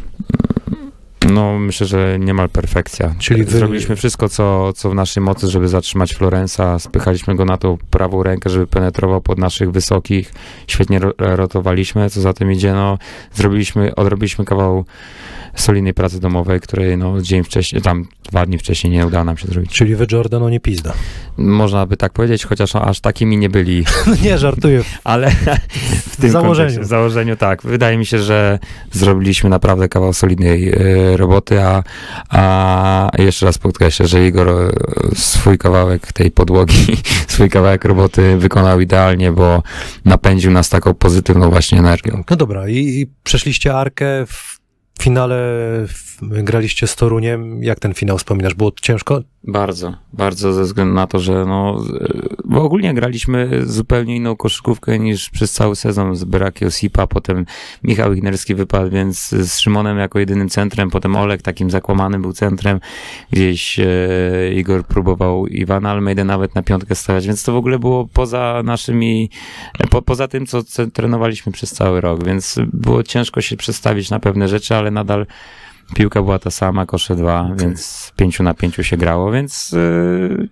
no myślę, że niemal perfekcja. Czyli wy- Zrobiliśmy wszystko, co, co w naszej mocy, żeby zatrzymać Florensa, spychaliśmy go na tą prawą rękę, żeby penetrował pod naszych wysokich, świetnie ro- rotowaliśmy, co za tym idzie, no zrobiliśmy, odrobiliśmy kawał solidnej pracy domowej, której no dzień wcześniej, tam dwa dni wcześniej nie udało nam się zrobić. Czyli wy Jordan, no nie pizda. Można by tak powiedzieć, chociaż aż takimi nie byli. nie, żartuję. Ale w tym założeniu. kontekście, w założeniu tak. Wydaje mi się, że zrobiliśmy naprawdę kawał solidnej e, roboty, a, a jeszcze raz podkreślę, że Igor e, swój kawałek tej podłogi, swój kawałek roboty wykonał idealnie, bo napędził nas taką pozytywną właśnie energią. No dobra, i, i przeszliście Arkę, w finale w, graliście z Toruniem. Jak ten finał wspominasz? Było ciężko? Bardzo, bardzo ze względu na to, że no, bo ogólnie graliśmy zupełnie inną koszykówkę niż przez cały sezon z Brakiem Osipa, potem Michał Ignerski wypadł, więc z Szymonem jako jedynym centrem, potem Olek takim zakłamanym był centrem, gdzieś e, Igor próbował Iwana Almeidę nawet na piątkę stawiać, więc to w ogóle było poza naszymi, po, poza tym, co ce- trenowaliśmy przez cały rok, więc było ciężko się przestawić na pewne rzeczy, ale nadal piłka była ta sama, kosze dwa, Okay. więc pięciu na pięciu się grało, więc yy,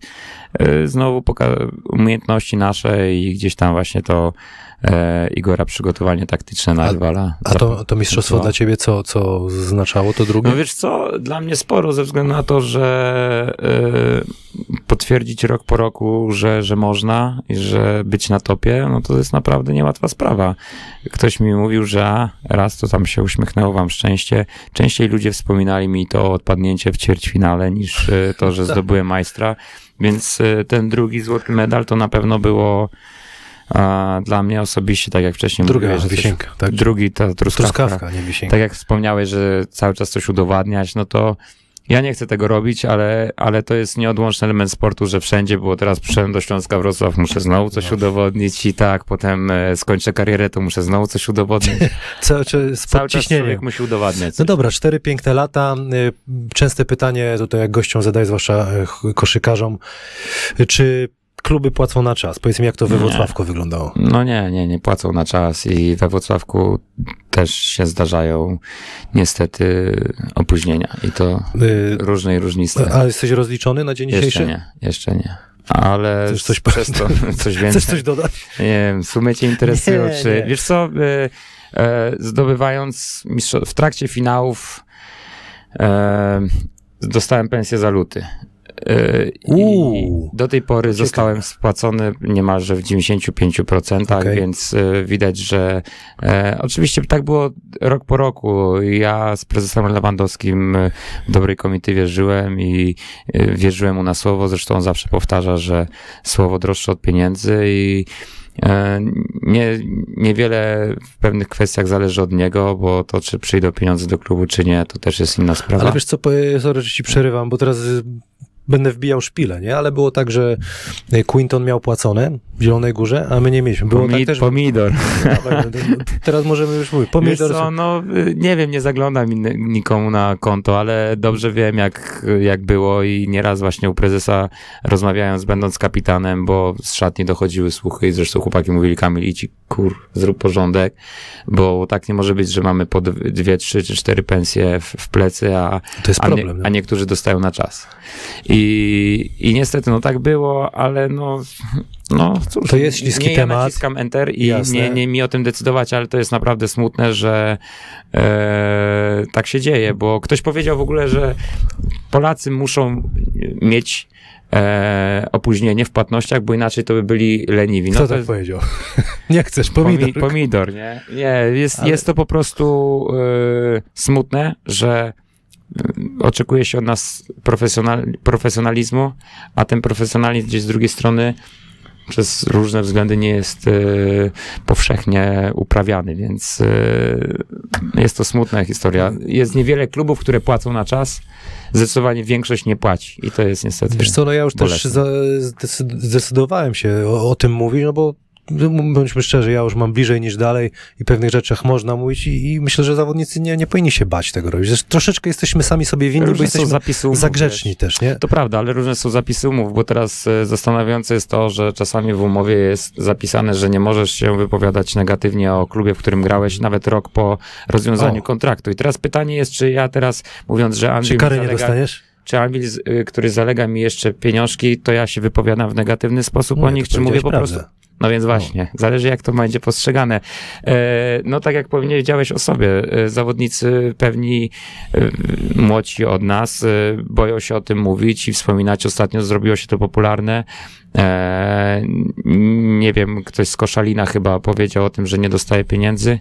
y, znowu poka- umiejętności nasze i gdzieś tam właśnie to e, Igora przygotowanie taktyczne na A- rywala. A to, to mistrzostwo zapracowało. dla ciebie co, co znaczało to drugie? No wiesz co, dla mnie sporo ze względu na to, że y, potwierdzić rok po roku, że, że można i że być na topie, no to jest naprawdę niełatwa sprawa. Ktoś mi mówił, że a, raz to tam się uśmiechnęło wam szczęście. Częściej ludzie wspominali mi to odpadnięcie w ćwierćfinale niż y, to, że zdobyłem majstra, więc y, ten drugi złoty medal to na pewno było a, dla mnie osobiście, tak jak wcześniej Druga mówiłeś, że coś- wisienka, tak? drugi ta truskawka. Truskawka, nie wisienka. Tak jak wspomniałeś, że cały czas coś udowadniać, no to ja nie chcę tego robić, ale, ale to jest nieodłączny element sportu, że wszędzie było. Teraz przyszedłem do Śląska Wrocław, muszę znowu coś No. udowodnić i tak, potem e, skończę karierę, to muszę znowu coś udowodnić. Co, czy z Cały czas podciśnieniem. człowiek musi udowadniać. No dobra, cztery piękne lata. Y, Częste pytanie tutaj jak gościom zadaję, zwłaszcza y, ch- koszykarzom, y, czy kluby płacą na czas? Powiedz mi, jak to we Nie. Wrocławku wyglądało? No nie, nie, nie płacą na czas i we Wrocławku też się zdarzają niestety opóźnienia i to Y, różne i różniste. A jesteś rozliczony na dzień dzisiejszy? Jeszcze nie, jeszcze nie. Ale Chcesz coś przez to coś więcej. Chcesz coś dodać? Nie wiem, w sumie cię interesują, Nie, czy... nie. Wiesz co, e, e, zdobywając mistrzo- w trakcie finałów e, dostałem pensję za luty. E, I Uuu. do tej pory Ciekawe. zostałem spłacony niemalże w dziewięćdziesięciu pięciu procentach, Okej. więc e, widać, że e, oczywiście tak było rok po roku. Ja z prezesem Lewandowskim e, w dobrej komitywie żyłem i e, wierzyłem mu na słowo. Zresztą on zawsze powtarza, że słowo droższe od pieniędzy i e, nie, niewiele w pewnych kwestiach zależy od niego, bo to, czy przyjdą pieniądze do klubu, czy nie, to też jest inna sprawa. Ale wiesz co, po- sorry, że ci przerywam, bo teraz y, będę wbijał szpilę, nie? Ale było tak, że y, Quinton miał płacone w Zielonej Górze, a my nie mieliśmy. Było Pomi- tak też... Pomidor. Dobra, to- to- Teraz możemy już mówić. Wiesz Pomidor... co, no y, nie wiem, nie zaglądam inny, nikomu na konto, ale dobrze wiem jak, jak było i nieraz właśnie u prezesa rozmawiając, będąc kapitanem, bo z szatni dochodziły słuchy i zresztą chłopaki mówili, Kamil, idź i kur, zrób porządek, bo tak nie może być, że mamy po dw- dwie, trzy czy cztery pensje w, w plecy, a, To jest a, nie, problem. no. a niektórzy dostają na czas. I, I niestety no tak było, ale no, no cóż. To jest śliski nie, temat. Ja naciskam enter i Jasne. nie, nie mi o tym decydować, ale to jest naprawdę smutne, że e, tak się dzieje, bo ktoś powiedział w ogóle, że Polacy muszą mieć e, opóźnienie w płatnościach, bo inaczej to by byli leniwi. No Kto to tak jest powiedział? Nie chcesz, pomidor. Pomi- pomidor, nie? Nie, jest, Ale- jest to po prostu e, smutne, że e, oczekuje się od nas profesjonal, profesjonalizmu, a ten profesjonalizm gdzieś z drugiej strony przez różne względy nie jest e, powszechnie uprawiany, więc e, jest to smutna historia. Jest niewiele klubów, które płacą na czas, zdecydowanie większość nie płaci i to jest niestety Wiesz co, no ja już też bolesne. za, zdecyd- zdecydowałem się o, o tym mówić, no bo bądźmy szczerzy, ja już mam bliżej niż dalej i pewnych rzeczach można mówić i, i myślę, że zawodnicy nie, nie powinni się bać tego robić. Zresztą troszeczkę jesteśmy sami sobie winni, bo Różne są jesteśmy zapisy umów, za grzeczni wiesz. też, nie? To prawda, ale różne są zapisy umów, bo teraz e, zastanawiające jest to, że czasami w umowie jest zapisane, że nie możesz się wypowiadać negatywnie o klubie, w którym grałeś nawet rok po rozwiązaniu O. kontraktu. I teraz pytanie jest, czy ja teraz, mówiąc, że Anvil Czy kary mi nie zalega, dostaniesz? czy Anvil, z- y, który zalega mi jeszcze pieniążki, to ja się wypowiadam w negatywny sposób Nie, o to nich, czy mówię powiedziałeś po prawdę. prostu... No więc właśnie, zależy jak to będzie postrzegane. E, no tak jak powiedziałeś o sobie, e, zawodnicy pewni e, młodsi od nas e, boją się o tym mówić i wspominać. Ostatnio zrobiło się to popularne. E, nie wiem, ktoś z Koszalina chyba powiedział o tym, że nie dostaje pieniędzy.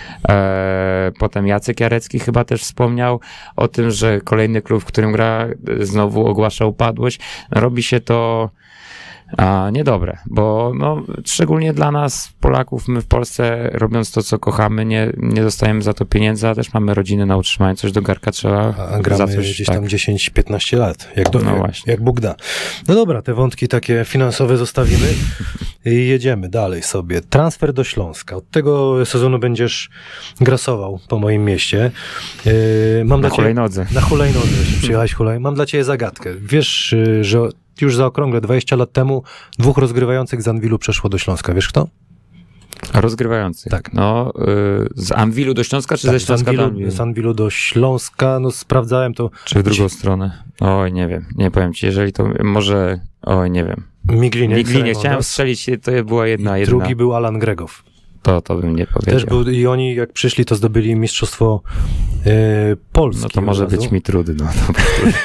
E, potem Jacek Jarecki chyba też wspomniał o tym, że kolejny klub, w którym gra, e, znowu ogłasza upadłość. Robi się to a niedobre, bo no, szczególnie dla nas, Polaków, my w Polsce, robiąc to, co kochamy, nie, nie dostajemy za to pieniędzy, a też mamy rodziny na utrzymanie, coś do garka trzeba A gramy za coś, gdzieś tak. tam dziesięć piętnaście lat, jak, do, No jak, właśnie. jak Bóg da. No dobra, te wątki takie finansowe zostawimy i jedziemy dalej sobie. Transfer do Śląska. Od tego sezonu będziesz grasował po moim mieście. Yy, mam Na dla ciebie, hulajnodze. na hulajnodze, jeśli przyjechałeś hulaj. Mam dla ciebie zagadkę. Wiesz, yy, że już zaokrągle dwadzieścia lat temu dwóch rozgrywających z Anwilu przeszło do Śląska. Wiesz kto? Rozgrywający. Tak. No, y, z Anwilu do Śląska, czy Tak, ze z Śląska do Anwilu, Anwilu? z Anwilu do Śląska, no sprawdzałem to. Czy w drugą stronę? Oj, nie wiem. Nie powiem ci. Jeżeli to może... Oj, nie wiem. Miglinie. Miglinie. Chciałem strzelić, to była jedna, jedna. Drugi był Alan Gregow. To, to bym nie powiedział. Też był, i oni jak przyszli, to zdobyli mistrzostwo e, Polski. No to może od razu. być mi trudno. To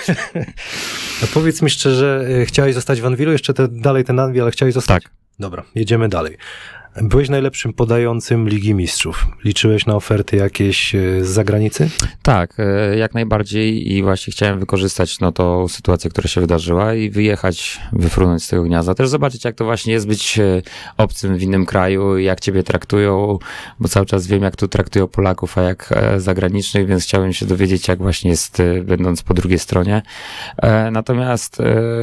A powiedz mi szczerze, e, chciałeś zostać w Anwilu? Jeszcze te, dalej ten Anwil, ale chciałeś zostać? Tak. Dobra, jedziemy dalej. Byłeś najlepszym podającym Ligi Mistrzów. Liczyłeś na oferty jakieś e, z zagranicy? Tak, e, jak najbardziej i właśnie chciałem wykorzystać no, tą sytuację, która się wydarzyła i wyjechać, wyfrunąć z tego gniazda. Też zobaczyć, jak to właśnie jest być e, obcym w innym kraju, jak ciebie traktują, bo cały czas wiem, jak tu traktują Polaków, a jak e, zagranicznych, więc chciałem się dowiedzieć, jak właśnie jest, e, będąc po drugiej stronie. E, natomiast e,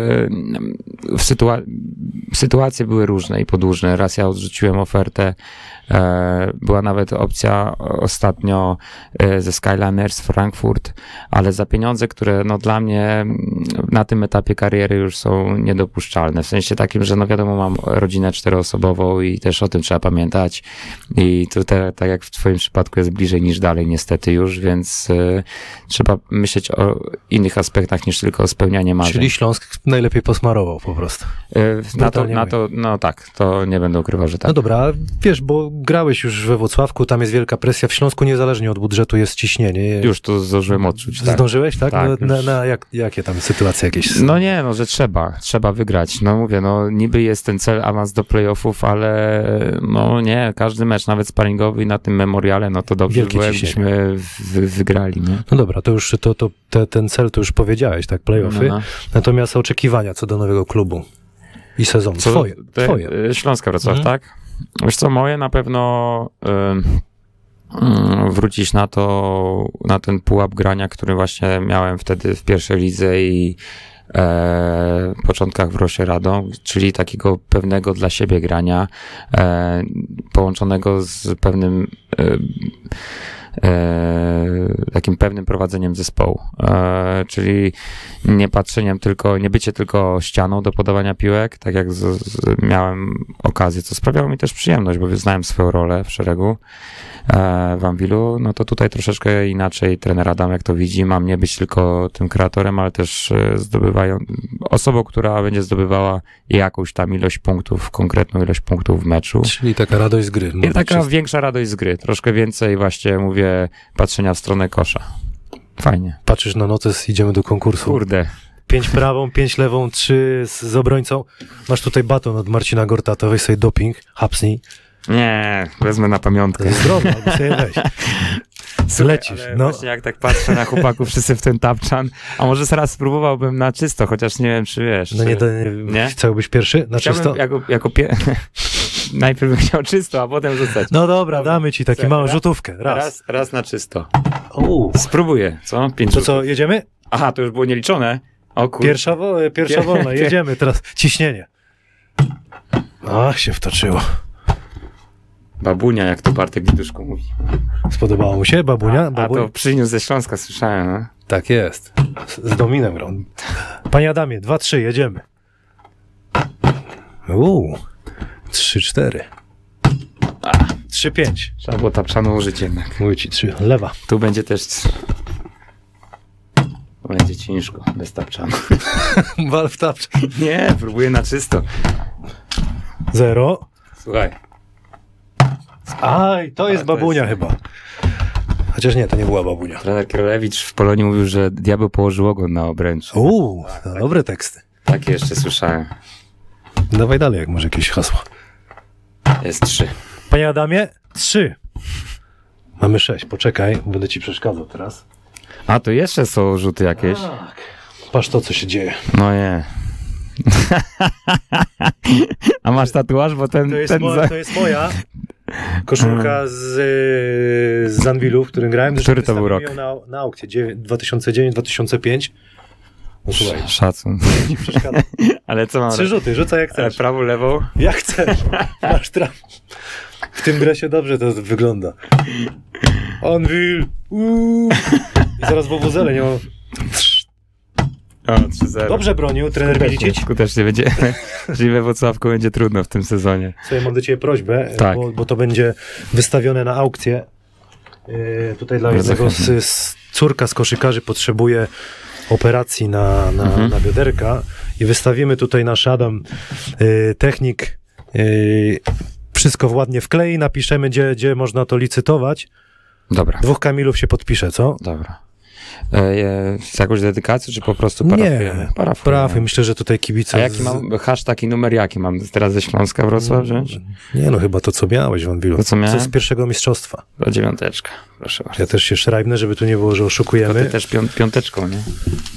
w sytua- sytuacje były różne i podłużne. Raz ja odrzuciłem ofertę. Była nawet opcja ostatnio ze Skyliners Frankfurt, ale za pieniądze, które no dla mnie na tym etapie kariery już są niedopuszczalne. W sensie takim, że no wiadomo, mam rodzinę czteroosobową i też o tym trzeba pamiętać. I tutaj, tak jak w twoim przypadku, jest bliżej niż dalej niestety już, więc y, trzeba myśleć o innych aspektach niż tylko o spełnianie marzeń. Czyli Śląsk najlepiej posmarował po prostu. Y, na to, Brutalnie na to, no tak, to nie będę ukrywał, że tak. No dobra, a wiesz, bo grałeś już we Włocławku, tam jest wielka presja. W Śląsku niezależnie od budżetu jest ciśnienie. Już to zdążyłem odczuć. Tak. Zdążyłeś, tak? Tak, no, na, już. na jak, jakie tam sytuacje jakieś? No nie, no, że trzeba, trzeba wygrać. No mówię, no niby jest ten cel awans do playoffów, ale no nie, każdy mecz, nawet sparingowy na tym memoriale, no to dobrze Wielkie było, ciśnienie. jakbyśmy wy, wygrali, nie? No dobra, to już to, to, te, ten cel to już powiedziałeś, tak? Playoffy. No, no. Natomiast oczekiwania co do nowego klubu i sezonu. Co, Twoje. te, twoje. y, Śląska Wrocław, Mhm. tak? Wiesz co, moje na pewno y, y, wrócić na to, na ten pułap grania, który właśnie miałem wtedy w pierwszej lidze i e, początkach w Rosie Radom, czyli takiego pewnego dla siebie grania, e, połączonego z pewnym e, e, takim pewnym prowadzeniem zespołu, e, czyli nie patrzeniem tylko, nie bycie tylko ścianą do podawania piłek, tak jak z, z, miałem okazję, co sprawiało mi też przyjemność, bo znałem swoją rolę w szeregu e, w Anwilu, no to tutaj troszeczkę inaczej trener Adam, jak to widzi, mam nie być tylko tym kreatorem, ale też e, zdobywają, osobą, która będzie zdobywała jakąś tam ilość punktów, konkretną ilość punktów w meczu. Czyli taka radość z gry. I taka większa radość z gry, troszkę więcej właśnie, mówię, patrzenia w stronę kosza. Fajnie. Patrzysz na notes, idziemy do konkursu. Kurde. Pięć prawą, pięć lewą, trzy z, z obrońcą. Masz tutaj baton od Marcina Gortata, weź sobie doping, hapsnij. Nie, wezmę na To pamiątkę. jest zdrowe, albo sobie weź. Słuchaj, Lecisz, ale no. Właśnie jak tak patrzę na chłopaków, wszyscy w ten tapczan, a może zaraz spróbowałbym na czysto, chociaż nie wiem, czy wiesz. No nie, to nie, Nie? Chciałbyś pierwszy? Na czysto? Chciałbym jako, jako pie... Najpierw bym chciał czysto, a potem rzucać. No dobra, damy ci taką Słuchaj, małą raz- rzutówkę. Raz. Raz, raz na czysto. U. Spróbuję, co? Pięć To rzutów. co, jedziemy? Aha, to już było nieliczone. O kurde. Pierwsza, wo- pierwsza Pier- wolna, jedziemy teraz. Ciśnienie. A, się wtoczyło. Babunia, jak to Bartek Widuszko mówi. Spodobało mu się? Babunia? A, a Babunia? to przyniósł ze Śląska, słyszałem. No? Tak jest. Z, z Dominem grą. Panie Adamie, dwa, trzy, jedziemy. Uuu. Trzy, cztery. Trzy, pięć. Trzeba było tapczanu użyć jednak. Mówię ci, trzy. Lewa. Tu będzie też... Będzie ciężko, bez tapczanu. Wal w tapcz. Nie, próbuję na czysto. Zero. Słuchaj. Aj, to jest Ale to babunia jest- chyba. Chociaż nie, to nie była babunia. Trener Królewicz w Polonii mówił, że diabeł położył ogon na obręczu. Uuu, to dobre teksty. Takie jeszcze słyszałem. Dawaj dalej, jak może jakieś hasło. Jest trzy. Panie Adamie, trzy. Mamy sześć, poczekaj, będę ci przeszkadzał teraz. A, tu jeszcze są rzuty jakieś? Tak. Patrz to, co się dzieje. No nie. A masz tatuaż, bo ten... To jest, ten mo- za... to jest moja koszulka z, y, z Anwilu, w którym grałem. Który to był Wystawiłem ją Na, na aukcję, dziewię- dwa tysiące dziewięć dwa tysiące pięć. No słuchaj, Szacun. nie przeszkadza. Ale co mam... Trzy rzuty, rzucaj jak E, chcesz. Prawą, lewą? Jak chcesz. Masz traf. W tym dresie dobrze to wygląda. Anvil. Uuu. I zaraz wowozele nie ma. O, trzy zero. Dobrze bronił, trener Skutecznie, Milicic. skutecznie będzie, czyli we Włocławku będzie trudno w tym sezonie. Słuchaj, mam do ciebie prośbę, Tak. bo, bo to będzie wystawione na aukcję. Yy, tutaj dla Bardzo jednego z, chętnie. z córka z koszykarzy potrzebuje operacji na, na, Mhm. na bioderka i wystawimy tutaj nasz Adam, yy, technik, yy, wszystko ładnie wklei, napiszemy, gdzie, gdzie można to licytować. Dobra, Dwóch Kamilów się podpisze, co? dobra. E, e, z jakąś dedykacją, czy po prostu parafujemy? Nie, Parafujemy. Parafię. Myślę, że tutaj kibice... A jaki z- mam hashtag i numer jaki mam teraz ze Śląska Wrocław wziąć? Nie no, chyba to, co miałeś w Anwilu. To, co miałem? z pierwszego mistrzostwa. Do dziewiąteczka, proszę bardzo. Ja też się szrajbnę, żeby tu nie było, że To oszukujemy. ty też pią- piąteczką, nie?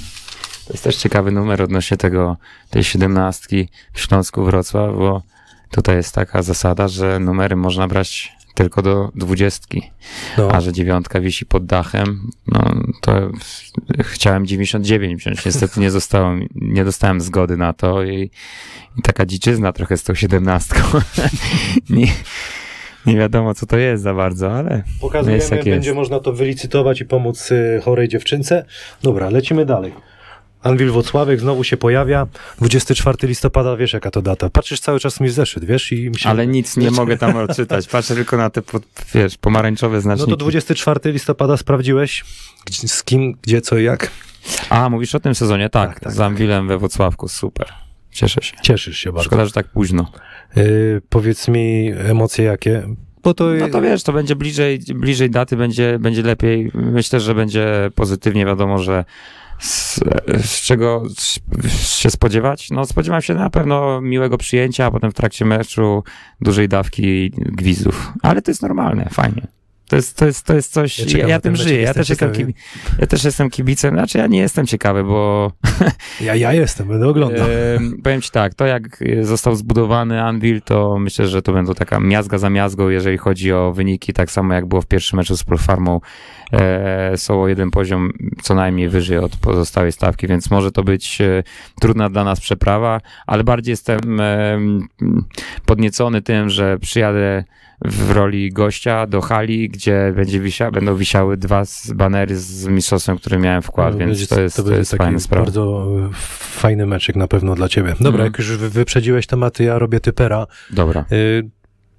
To jest też ciekawy numer odnośnie tego, tej siedemnastki w Śląsku Wrocław, bo tutaj jest taka zasada, że numery można brać tylko do dwudziestki, No. a że dziewiątka wisi pod dachem, no to chciałem dziewięćdziesiąt dziewięć wziąć, niestety nie zostało, mi- nie dostałem zgody na to i, i taka dziczyzna trochę z tą siedemnastką. nie, nie wiadomo, co to jest za bardzo, ale Pokazujemy, jest jak będzie jest. można to wylicytować i pomóc y, chorej dziewczynce. Dobra, lecimy dalej. Anwil Włocławek znowu się pojawia. dwudziestego czwartego listopada, wiesz jaka to data. Patrzysz cały czas mi w zeszyt, wiesz? I mi się... Ale nic nie mogę tam odczytać. Patrzę tylko na te, pod, wiesz, pomarańczowe No znaczniki. to dwudziestego czwartego listopada sprawdziłeś, gdzie, z kim, gdzie, co i jak? A, mówisz o tym sezonie? Tak, Tak, tak, z Anwilem we Włocławku. Super. Cieszę się. Cieszysz się bardzo. Szkoda, że tak późno. Y, powiedz mi emocje jakie, bo to... No to wiesz, to będzie bliżej, bliżej daty, będzie, będzie lepiej. Myślę, że będzie pozytywnie. Wiadomo, że z, z czego się spodziewać? No spodziewam się na pewno miłego przyjęcia, a potem w trakcie meczu dużej dawki gwizdów. Ale to jest normalne, fajnie. To jest, to jest, to jest coś, Ja ja, czekam ja na ten tym mecz, żyję, ja jestem też, jestem ciekawy. kibi- ja też jestem kibicem, znaczy ja nie jestem ciekawy, bo Ja, ja jestem, będę oglądał. Ehm, powiem ci tak, to jak został zbudowany Anvil, to myślę, że to będą taka miazga za miazgą, jeżeli chodzi o wyniki, tak samo jak było w pierwszym meczu z Polfarmą, e, są o jeden poziom co najmniej wyżej od pozostałej stawki, więc może to być e, trudna dla nas przeprawa, ale bardziej jestem e, podniecony tym, że przyjadę w roli gościa do hali, gdzie będzie wisia, będą wisiały dwa z- banery z mistrzostwem, który miałem wkład, No, więc będzie- to jest, to będzie jest taki fajna sprawa. bardzo y, fajny meczek na pewno dla ciebie. Dobra, Mhm. jak już wy- wyprzedziłeś tematy, ja robię typera. Dobra. Y,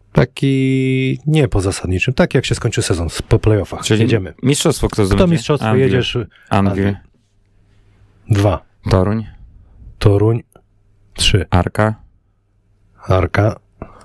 taki nie po zasadniczym, tak jak się skończy sezon, po playoffach. Czyli Jedziemy. mistrzostwo kto Kto zdobędzie? mistrzostwo Anvil. jedziesz? Anvil, Dwa. Toruń, Toruń. Trzy. Arka. Arka.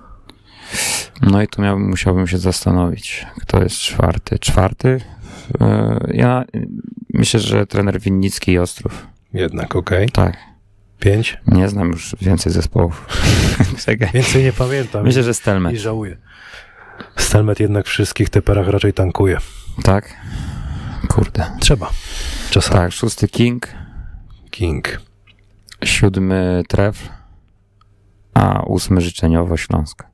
No i tu miałbym, musiałbym się zastanowić, kto jest czwarty. Czwarty? E, Ja myślę, że trener Winnicki i Ostrów. Jednak, okej. Tak. Pięć. Nie znam już więcej zespołów. Czekaj. Więcej nie pamiętam. Myślę, że I Stelmet. żałuję. Stelmet jednak w wszystkich typerach raczej tankuje. Tak? Kurde. Trzeba. Czasami. Tak, szósty King, King. siódmy Tref, a ósmy Życzeniowo Śląsk.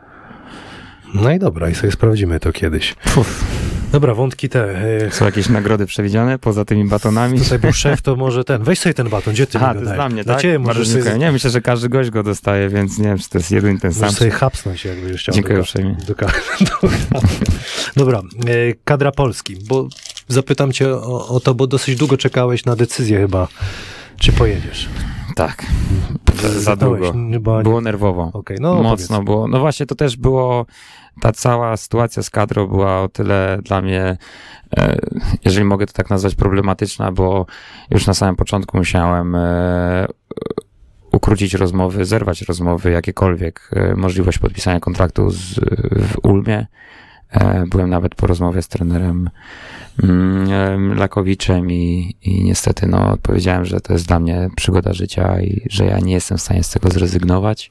No i dobra, i sobie sprawdzimy to kiedyś. Dobra, wątki te. y, Są jakieś nagrody przewidziane poza tymi batonami? Tutaj był szef, to może ten. Weź sobie ten baton, gdzie ty Aha, mi to go jest daj? dla mnie, Dla tak? ciebie Bardzo możesz dziękuję. sobie, Nie, myślę, że każdy gość go dostaje, więc nie wiem, czy to jest jeden i ten sam. możesz sobie hapsnąć, jak będziesz chciał. Dziękuję do, uprzejmie. do, do, do, Dobra, e, kadra Polski, bo zapytam cię o, o to, bo dosyć długo czekałeś na decyzję chyba, czy pojedziesz. Tak, za Zapytałeś, długo. Chyba nie... Było nerwowo. Okej, no Mocno było. No właśnie, to też było, ta cała sytuacja z kadrą była o tyle dla mnie, e, jeżeli mogę to tak nazwać, problematyczna, bo już na samym początku musiałem e, ukrócić rozmowy, zerwać rozmowy, jakiekolwiek, e, możliwość podpisania kontraktu z, w Ulmie. E, byłem nawet po rozmowie z trenerem mm, Lakowiczem i, i niestety no, odpowiedziałem, że to jest dla mnie przygoda życia i że ja nie jestem w stanie z tego zrezygnować.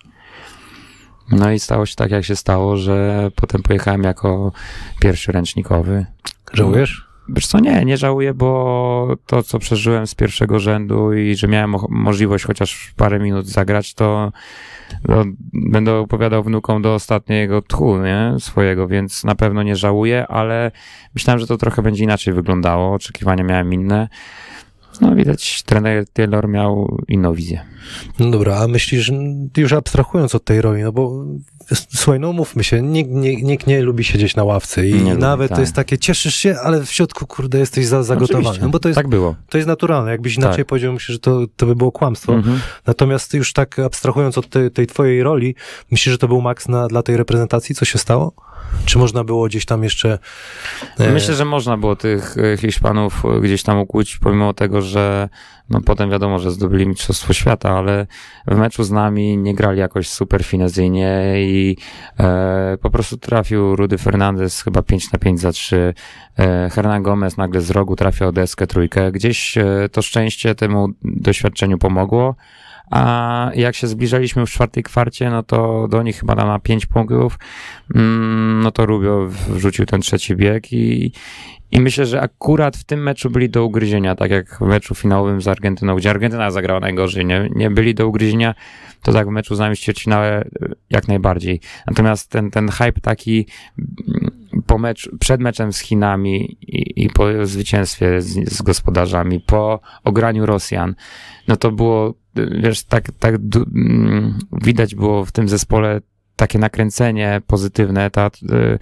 No i stało się tak, jak się stało, że potem pojechałem jako pierwszy ręcznikowy. Żałujesz? Wiesz co, nie, nie żałuję, bo to, co przeżyłem z pierwszego rzędu i że miałem mo- możliwość chociaż parę minut zagrać, to no, będę opowiadał wnukom do ostatniego tchu, nie, swojego, więc na pewno nie żałuję, ale myślałem, że to trochę będzie inaczej wyglądało, oczekiwania miałem inne. No widać, trener Taylor miał inną wizję. No dobra, a myślisz, już abstrahując od tej roli, no bo słuchaj, no mówmy się, nikt nie, nikt nie lubi siedzieć na ławce i Nie lubi, nawet tak. to jest takie, cieszysz się, ale w środku, kurde, jesteś za, zagotowany. Oczywiście. No bo to jest, Tak było. to jest naturalne. Jakbyś inaczej Tak. powiedział, myślę, że to, to by było kłamstwo. Mhm. Natomiast już tak abstrahując od tej, tej twojej roli, myślisz, że to był maks na, dla tej reprezentacji? Co się stało? Czy można było gdzieś tam jeszcze... E... Myślę, że można było tych e, Hiszpanów e, gdzieś tam ukłuć, pomimo tego, że no potem wiadomo, że zdobyli Mistrzostwo Świata, ale w meczu z nami nie grali jakoś super finezyjnie i e, po prostu trafił Rudy Fernandez chyba pięć na pięć za trzy. E, Hernan Gomez nagle z rogu trafiał deskę, trójkę. Gdzieś e, to szczęście temu doświadczeniu pomogło. A jak się zbliżaliśmy w czwartej kwarcie, no to do nich chyba na pięć punktów, no to Rubio wrzucił ten trzeci bieg i, i myślę, że akurat w tym meczu byli do ugryzienia, tak jak w meczu finałowym z Argentyną, gdzie Argentyna zagrała najgorzej, nie, nie byli do ugryzienia, to tak w meczu z nami ćwierćfinale jak najbardziej. Natomiast ten, ten hype taki po mecz, przed meczem z Chinami i, i po zwycięstwie z, z gospodarzami, po ograniu Rosjan, no to było, wiesz, tak, tak du- widać było w tym zespole takie nakręcenie pozytywne, ta y,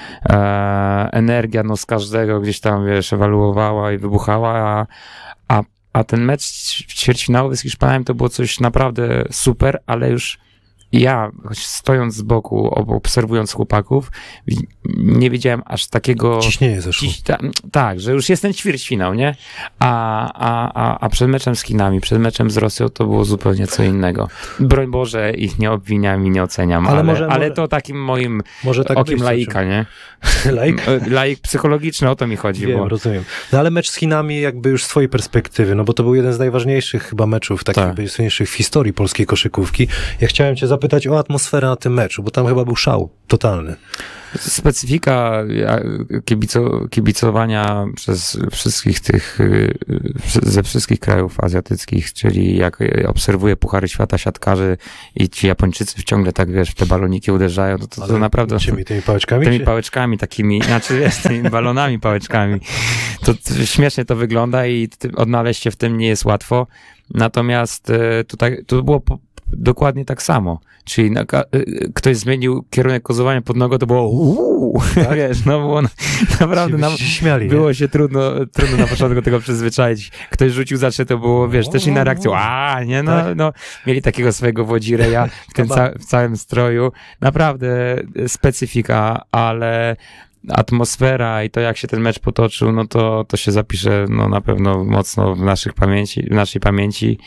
e, energia no z każdego gdzieś tam, wiesz, ewaluowała i wybuchała, a, a, a ten mecz ćwierćfinałowy z Hiszpanią to było coś naprawdę super, ale już ja, choć stojąc z boku, obserwując chłopaków, nie wiedziałem aż takiego... Ciśnienie zeszło. Ciś, ta, tak, że już jest ten ćwierćfinał, nie? A, a, a, a przed meczem z Chinami, przed meczem z Rosją to było zupełnie co innego. Broń Boże, ich nie obwiniam i nie oceniam, ale, Ale ale, może- ale może- to takim moim Może tak okiem być, laika, nie? Laik? Laik psychologiczny, o to mi chodzi. Wiem, Bo... rozumiem. No ale mecz z Chinami jakby już z twojej perspektywy, no bo to był jeden z najważniejszych chyba meczów, takich Tak. najważniejszych w historii polskiej koszykówki. Ja chciałem cię zapytać o atmosferę na tym meczu, bo tam chyba był szał totalny. Specyfika kibico, kibicowania przez wszystkich tych, ze wszystkich krajów azjatyckich, czyli jak obserwuję Puchary Świata siatkarzy i ci Japończycy ciągle tak, wiesz, w te baloniki uderzają, to, to, to naprawdę... Czym, tymi pałeczkami? Tymi czy- pałeczkami takimi, znaczy wiesz, tymi balonami, pałeczkami. To, to śmiesznie to wygląda i ty, odnaleźć się w tym nie jest łatwo. Natomiast e, tutaj to było po, dokładnie tak samo. Czyli na, ka- e, ktoś zmienił kierunek kozowania pod nogą, to było uuu, Tak? wiesz, no było na, naprawdę Ci nam, by się śmiali, było nie? się trudno, trudno na początku tego przyzwyczaić. Ktoś rzucił za trzy, to było, wiesz, też inna reakcja. A, nie, no, Tak. no. Mieli takiego swojego wodzireja w tym Chyba. ca- w całym stroju. Naprawdę specyfika, ale atmosfera i to, jak się ten mecz potoczył, no to, to się zapisze no, na pewno mocno w, naszych pamięci, w naszej pamięci,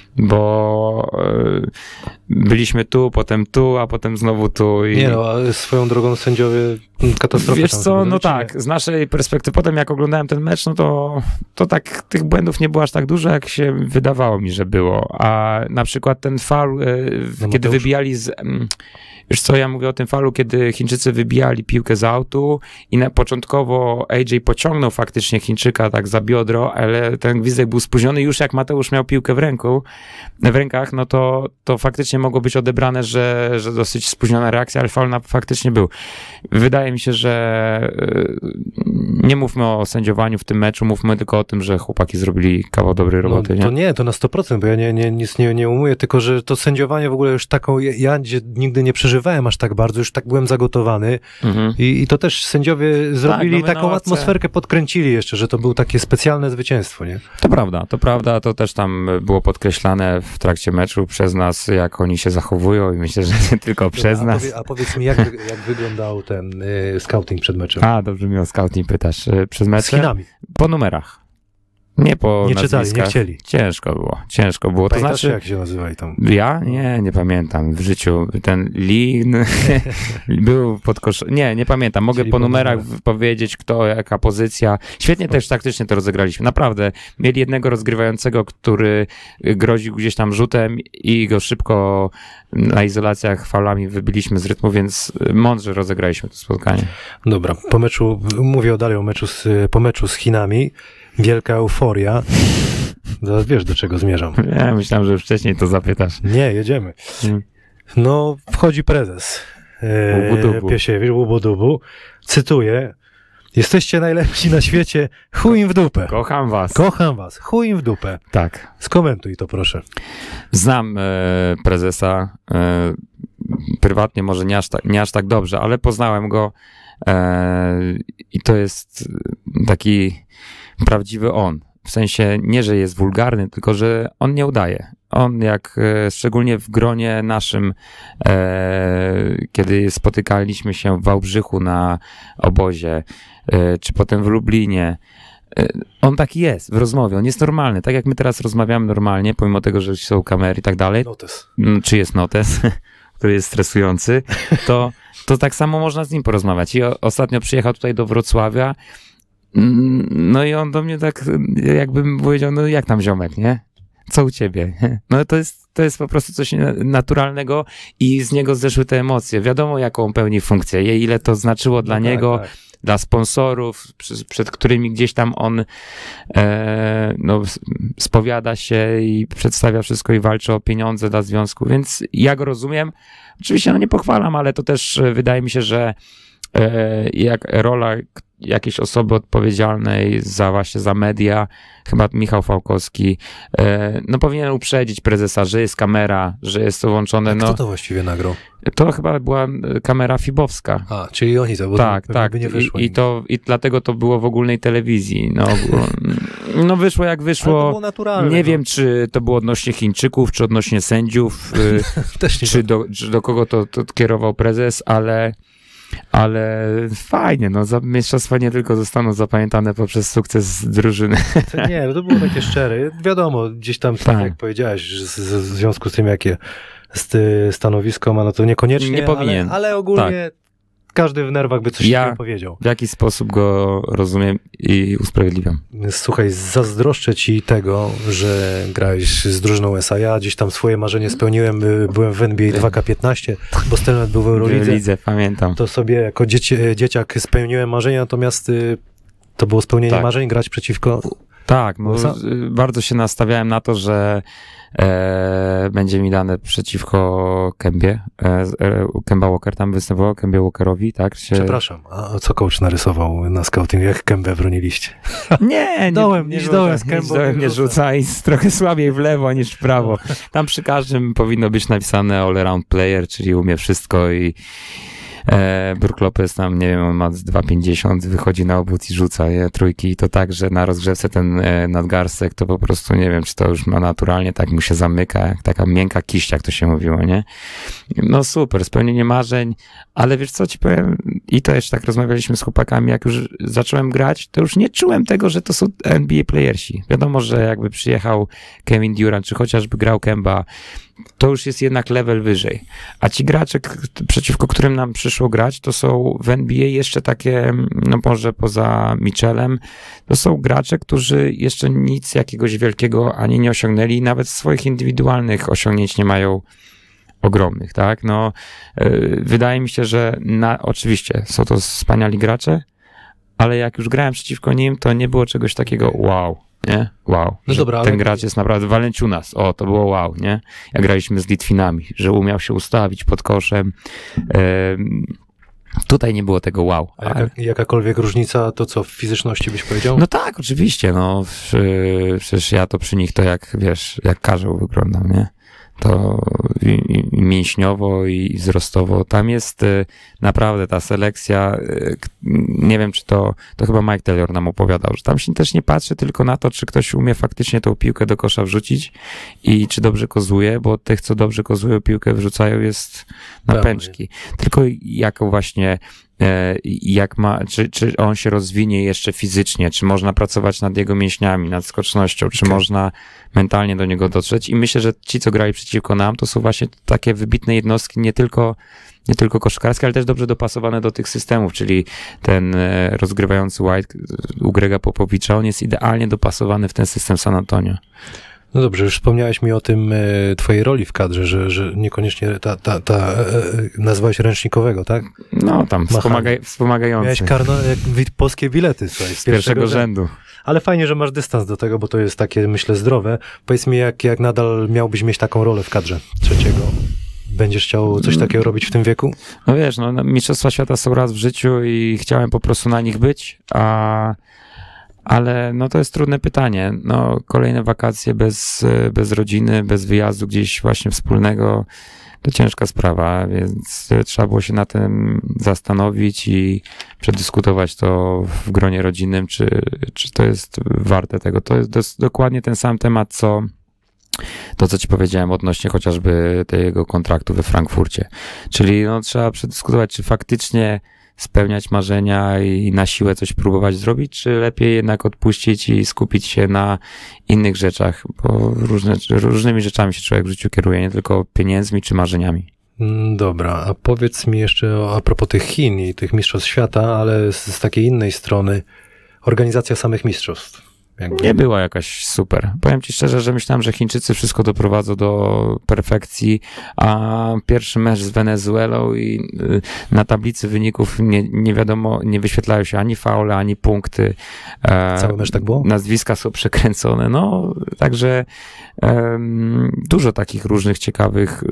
bo e, byliśmy tu, potem tu, a potem znowu tu. I... Nie no, a swoją drogą sędziowie mm, katastrofę Wiesz tam co, zrobili, no czy nie? tak, z naszej perspektywy, potem jak oglądałem ten mecz, no to, to tak tych błędów nie było aż tak dużo, jak się wydawało mi, że było. A na przykład ten faul, e, No kiedy Mateusz. wybijali z... mm, Wiesz co, ja mówię o tym faulu, kiedy Chińczycy wybijali piłkę z autu i na początkowo A J pociągnął faktycznie Chińczyka tak za biodro, ale ten gwizdek był spóźniony. Już jak Mateusz miał piłkę w ręku, w rękach, no to, to faktycznie mogło być odebrane, że, że dosyć spóźniona reakcja, ale faul na, faktycznie był. Wydaje mi się, że yy, nie mówmy o sędziowaniu w tym meczu, mówmy tylko o tym, że chłopaki zrobili kawał dobrej roboty. No, to nie? nie, to na sto procent, bo ja nie, nie, nic nie, nie umuję, tylko że to sędziowanie w ogóle już taką, ja, ja gdzie nigdy nie przeżywałem aż tak bardzo, już tak byłem zagotowany Mhm. i, i to też sędziowie zrobili no my na taką ławce- atmosferkę, podkręcili jeszcze, że to było takie specjalne zwycięstwo, nie? To prawda, to prawda, to też tam było podkreślane w trakcie meczu przez nas, jak oni się zachowują i myślę, że nie tylko przez a, nas. Powie, a powiedz mi, jak, wy- jak wyglądał ten y, scouting przed meczem? A, dobrze mi o scouting pytasz. Y, Przez Z mecze? Chinami. Po numerach. Nie po Nie czytali, nie nazwiskach. chcieli. Ciężko było, ciężko było. To Pamiętasz, znaczy, jak się nazywali tam? ja? Nie, nie pamiętam w życiu. Ten Lin był pod kosz... Nie, nie pamiętam. Mogę Czyli po po numerach numerach. w- powiedzieć, kto, jaka pozycja. Świetnie też taktycznie to rozegraliśmy. Naprawdę. Mieli jednego rozgrywającego, który groził gdzieś tam rzutem i go szybko na izolacjach faulami wybiliśmy z rytmu, więc mądrze rozegraliśmy to spotkanie. Dobra, po meczu, mówię dalej o meczu z, po meczu z Chinami, wielka euforia. Zaraz wiesz, do czego zmierzam. Ja myślałem, że już wcześniej to zapytasz. Nie, jedziemy. Mm. No, wchodzi prezes e, Łubu-dubu. Piesiewicz, Łubu-dubu. Cytuję. Jesteście najlepsi na świecie, chuj im w dupę. Kocham was. Kocham was, chuj im w dupę. tak. Skomentuj to proszę. Znam e, prezesa. E, prywatnie może nie aż tak, nie aż tak dobrze, ale poznałem go e, i to jest taki prawdziwy on. W sensie nie, że jest wulgarny, tylko że on nie udaje. On jak, e, szczególnie w gronie naszym, e, kiedy spotykaliśmy się w Wałbrzychu na obozie, e, czy potem w Lublinie, e, on taki jest w rozmowie, on jest normalny. Tak jak my teraz rozmawiamy normalnie, pomimo tego, że są kamery i tak dalej, Notes. m, czy jest notes, który jest stresujący, to, to tak samo można z nim porozmawiać. I o, ostatnio przyjechał tutaj do Wrocławia, mm, no i on do mnie tak jakbym powiedział, no jak tam ziomek, nie? Co u ciebie? No to jest, to jest po prostu coś naturalnego i z niego zeszły te emocje. Wiadomo, jaką on pełni funkcję, ile to znaczyło dla No tak, niego, tak. dla sponsorów, przed, przed którymi gdzieś tam on e, no, s- spowiada się i przedstawia wszystko i walczy o pieniądze dla związku, więc ja go rozumiem. Oczywiście no nie pochwalam, ale to też e, wydaje mi się, że e, jak rola k- jakiejś osoby odpowiedzialnej za właśnie za media, chyba Michał Fałkowski, e, no powinien uprzedzić prezesa, że jest kamera, że jest to włączone. Kto No, to właściwie nagrał? to chyba była e, kamera fibowska. A, czyli oni to, bo Tak, to tak. by nie wyszło. I, i, to, I dlatego to było w ogólnej telewizji. No, było, no wyszło jak Ale to wyszło. było naturalne. Nie no. wiem, czy to było odnośnie Chińczyków, czy odnośnie sędziów, y, Też nie czy, do, czy do kogo to, to kierował prezes, ale, ale fajnie. No, za- mistrzostwa nie tylko zostaną zapamiętane poprzez sukces drużyny. To nie, no to było takie szczere. Wiadomo, gdzieś tam, tak. Tak. jak powiedziałeś, że z, z, w związku z tym, jakie st, stanowisko ma, no to niekoniecznie, Nie powinien. Ale, ale ogólnie każdy w nerwach by coś Ja- takiego powiedział. W jaki sposób go rozumiem i usprawiedliwiam. Słuchaj, zazdroszczę ci tego, że grałeś z drużyną S A. Ja gdzieś tam swoje marzenie spełniłem, y, byłem w N B A dwa K piętnaście, bo Stelmet był w W Eurolidze. lidze, pamiętam. To sobie jako dzieci, dzieciak spełniłem marzenie, natomiast y, to było spełnienie Tak. marzeń, grać przeciwko... Tak, no, Za- y, bardzo się nastawiałem na to, że e, będzie mi dane przeciwko Kębie. E, z- e, Kemba Walker tam występował, Kębie Walkerowi, tak? Się... Przepraszam, a co coach narysował na scouting, jak Kębę broniliście? Nie, nie, Dołem, nie idź rzuca, dołem z idź Kębą, dołem nie nie rzuca. rzuca i z- trochę słabiej w lewo niż w prawo. Tam przy każdym powinno być napisane all around player, czyli umie wszystko i e, Brook Lopez tam, nie wiem, on ma z dwa pięćdziesiąt, wychodzi na obwód i rzuca nie, trójki i to tak, że na rozgrzewce ten e, nadgarstek to po prostu nie wiem, czy to już ma naturalnie, tak mu się zamyka, jak taka miękka kiść, jak to się mówiło, nie? No super, spełnienie marzeń, ale wiesz co ci powiem, i to jeszcze tak rozmawialiśmy z chłopakami, jak już zacząłem grać, to już nie czułem tego, że to są N B A playersi. Wiadomo, że jakby przyjechał Kevin Durant, czy chociażby grał Kemba, to już jest jednak level wyżej. A ci gracze, k- przeciwko którym nam przyszło grać, to są w N B A jeszcze takie, no może poza Mitchellem, to są gracze, którzy jeszcze nic jakiegoś wielkiego ani nie osiągnęli, nawet swoich indywidualnych osiągnięć nie mają ogromnych, tak? No, yy, wydaje mi się, że na, oczywiście są to wspaniali gracze, ale jak już grałem przeciwko nim, to nie było czegoś takiego wow, nie? Wow. No że dobra, ten ale- gracz jest naprawdę Valenciunas. O, to było wow, nie? Jak graliśmy z Litwinami, że umiał się ustawić pod koszem. Ym, tutaj nie było tego wow. A jaka, jakakolwiek różnica, to co, w fizyczności byś powiedział? No tak, oczywiście, no. Przy, przecież ja to przy nich to jak, wiesz, jak karzeł wyglądam, nie? To i, i mięśniowo i wzrostowo. Tam jest y, naprawdę ta selekcja, y, k- nie wiem, czy to, to chyba Mike Taylor nam opowiadał, że tam się też nie patrzy tylko na to, czy ktoś umie faktycznie tą piłkę do kosza wrzucić i czy dobrze kozuje, bo tych, co dobrze kozują piłkę, wrzucają jest na Pełno, pęczki. Tylko jako właśnie e, jak ma, czy, czy on się rozwinie jeszcze fizycznie, czy można pracować nad jego mięśniami, nad skocznością, czy Okej. można mentalnie do niego dotrzeć i myślę, że ci, co grali przeciwko nam, to są właśnie takie wybitne jednostki, nie tylko nie tylko koszykarskie, ale też dobrze dopasowane do tych systemów, czyli ten e, rozgrywający White u Grega Popowicza, on jest idealnie dopasowany w ten system San Antonio. No dobrze, już wspomniałeś mi o tym e, twojej roli w kadrze, że, że niekoniecznie ta, ta, ta e, e, nazwałeś ręcznikowego, tak? No tam wspomaga, wspomagający. Miałeś karno, jak wi- polskie bilety, słuchaj, z z pierwszego rzędu. Ale fajnie, że masz dystans do tego, bo to jest takie, myślę, zdrowe. Powiedz mi, jak, jak nadal miałbyś mieć taką rolę w kadrze trzeciego? Będziesz chciał coś takiego robić w tym wieku? No wiesz, no, no, Mistrzostwa Świata są raz w życiu i chciałem po prostu na nich być, a, ale no to jest trudne pytanie. No, kolejne wakacje bez, bez rodziny, bez wyjazdu gdzieś właśnie wspólnego. to ciężka sprawa, więc trzeba było się na tym zastanowić i przedyskutować to w gronie rodzinnym, czy, czy to jest warte tego. To jest dos- dokładnie ten sam temat, co to, co ci powiedziałem odnośnie chociażby tego kontraktu we Frankfurcie. Czyli no, trzeba przedyskutować, czy faktycznie spełniać marzenia i na siłę coś próbować zrobić, czy lepiej jednak odpuścić i skupić się na innych rzeczach, bo różne, różnymi rzeczami się człowiek w życiu kieruje, nie tylko pieniędzmi czy marzeniami. Mm, Dobra, a powiedz mi jeszcze o, a propos tych Chin i tych mistrzostw świata, ale z, z takiej innej strony, organizacja samych mistrzostw. Jakby. Nie była jakaś super. Powiem ci szczerze, że myślałem, że Chińczycy wszystko doprowadzą do perfekcji, a pierwszy mecz z Wenezuelą i y, na tablicy wyników nie, nie wiadomo, nie wyświetlają się ani faule, ani punkty. E, Cały mecz tak było? Nazwiska są przekręcone, no, także em, dużo takich różnych ciekawych,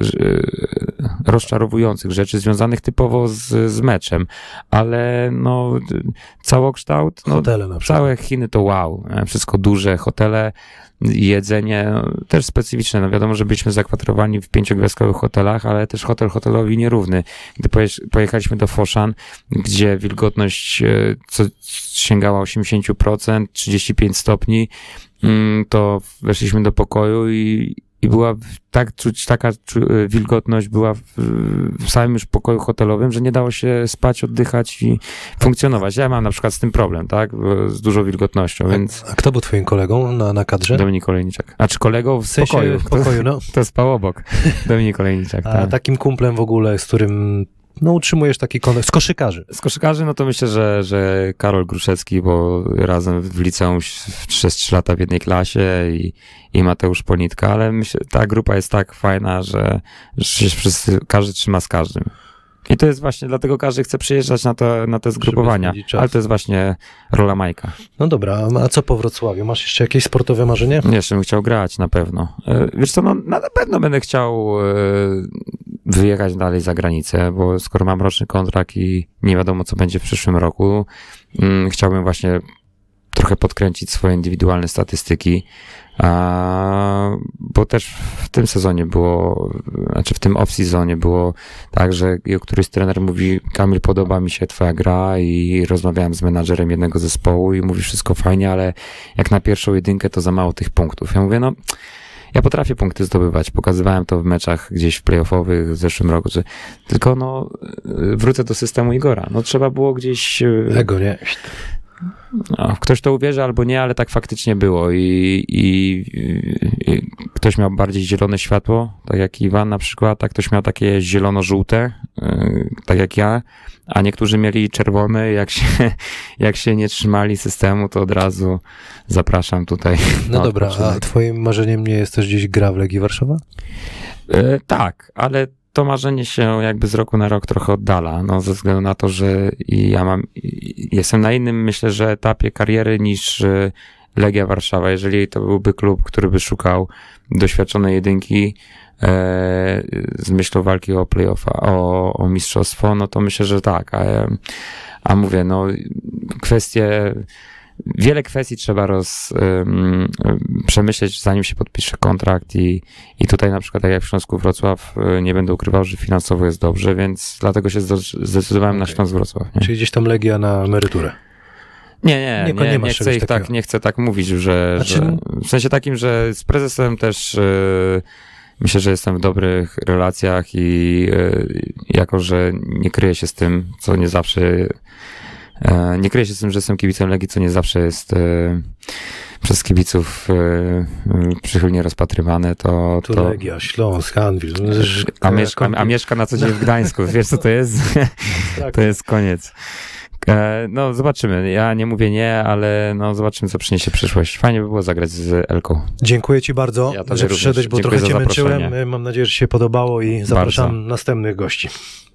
y, rozczarowujących rzeczy związanych typowo z, z meczem, ale no, całokształt, no, Hotele na przykład. całe Chiny to wow, wszystko duże, hotele, jedzenie, no, też specyficzne. No wiadomo, że byliśmy zakwaterowani w pięciogwiazdkowych hotelach, ale też hotel hotelowi nierówny. Gdy pojeż- pojechaliśmy do Foshan, gdzie wilgotność e, co, sięgała osiemdziesiąt procent, trzydzieści pięć stopni, mm, to weszliśmy do pokoju i I była tak czuć, taka czu, wilgotność była w, w samym już pokoju hotelowym, że nie dało się spać, oddychać i funkcjonować. Ja mam na przykład z tym problem, tak? Z dużą wilgotnością, więc... A kto był twoim kolegą na, na kadrze? Dominik Olejniczak. A czy kolegą w, W sensie pokoju? w pokoju, no. To spał obok. Dominik Olejniczak, A tak. takim kumplem w ogóle, z którym no, utrzymujesz taki kontakt, z koszykarzy. Z koszykarzy, no to myślę, że, że Karol Gruszecki, bo razem w liceum przez trzy lata w jednej klasie i, i Mateusz Ponitka, ale myślę, ta grupa jest tak fajna, że, że się wszyscy, każdy trzyma z każdym. I to jest właśnie, dlatego każdy chce przyjeżdżać na, to, na te zgrupowania, spędzić czas. ale to jest właśnie rola Majka. No dobra, a co po Wrocławiu? Masz jeszcze jakieś sportowe marzenie? Jeszcze bym chciał grać na pewno. E, Wiesz co, no na pewno będę chciał e, wyjechać dalej za granicę, bo skoro mam roczny kontrakt i nie wiadomo, co będzie w przyszłym roku, mm, chciałbym właśnie trochę podkręcić swoje indywidualne statystyki, a, bo też w tym sezonie było, znaczy w tym off-seasonie było tak, że któryś trener mówi: Kamil, podoba mi się twoja gra, i rozmawiałem z menadżerem jednego zespołu i mówi: wszystko fajnie, ale jak na pierwszą jedynkę to za mało tych punktów. Ja mówię: no ja potrafię punkty zdobywać, pokazywałem to w meczach gdzieś w play-offowych w zeszłym roku, że tylko no wrócę do systemu Igora. No trzeba było gdzieś... Ego, nie? No, ktoś to uwierzy albo nie, ale tak faktycznie było i, i, i ktoś miał bardziej zielone światło, tak jak Iwan na przykład, a ktoś miał takie zielono-żółte, yy, tak jak ja, a niektórzy mieli czerwone. Jak się, jak się nie trzymali systemu, to od razu zapraszam tutaj. No na dobra, a odpoczynek. twoim marzeniem nie jest też gdzieś gra w Legii Warszawa? Yy, tak, ale to marzenie się jakby z roku na rok trochę oddala, no ze względu na to, że i ja mam, i jestem na innym, myślę, że etapie kariery niż y, Legia Warszawa. Jeżeli to byłby klub, który by szukał doświadczonej jedynki e, z myślą walki o play-offa, o, o mistrzostwo, no to myślę, że tak, a, a mówię, no kwestie... Wiele kwestii trzeba roz, um, przemyśleć, zanim się podpisze kontrakt i, i tutaj na przykład, tak jak w Śląsku Wrocław, nie będę ukrywał, że finansowo jest dobrze, więc dlatego się zdecydowałem Okay. na Śląsk Wrocław. Nie? Czyli gdzieś tam Legia na emeryturę. Nie, nie, Nie, nie, nie nie, masz chcę czegoś ich takiego. tak, nie chcę tak mówić, że, Znaczy- że w sensie takim, że z prezesem też yy, myślę, że jestem w dobrych relacjach i yy, jako, że nie kryję się z tym, co nie zawsze E, Nie kryję się z tym, że jestem kibicem Legii, co nie zawsze jest e, przez kibiców e, e, przychylnie rozpatrywane, to... Tu to Legia, Śląsk, Anwil. a, mieszka, a mieszka na co dzień w Gdańsku. Wiesz, co to jest? To jest koniec. E, no, zobaczymy. Ja nie mówię nie, ale no, zobaczymy, co przyniesie przyszłość. Fajnie by było zagrać z Elką. Dziękuję ci bardzo, Ja tobie że również. przyszedłeś, bo Dziękuję trochę za cię męczyłem. zaproszenie. Mam nadzieję, że się podobało i zapraszam Bardzo. następnych gości.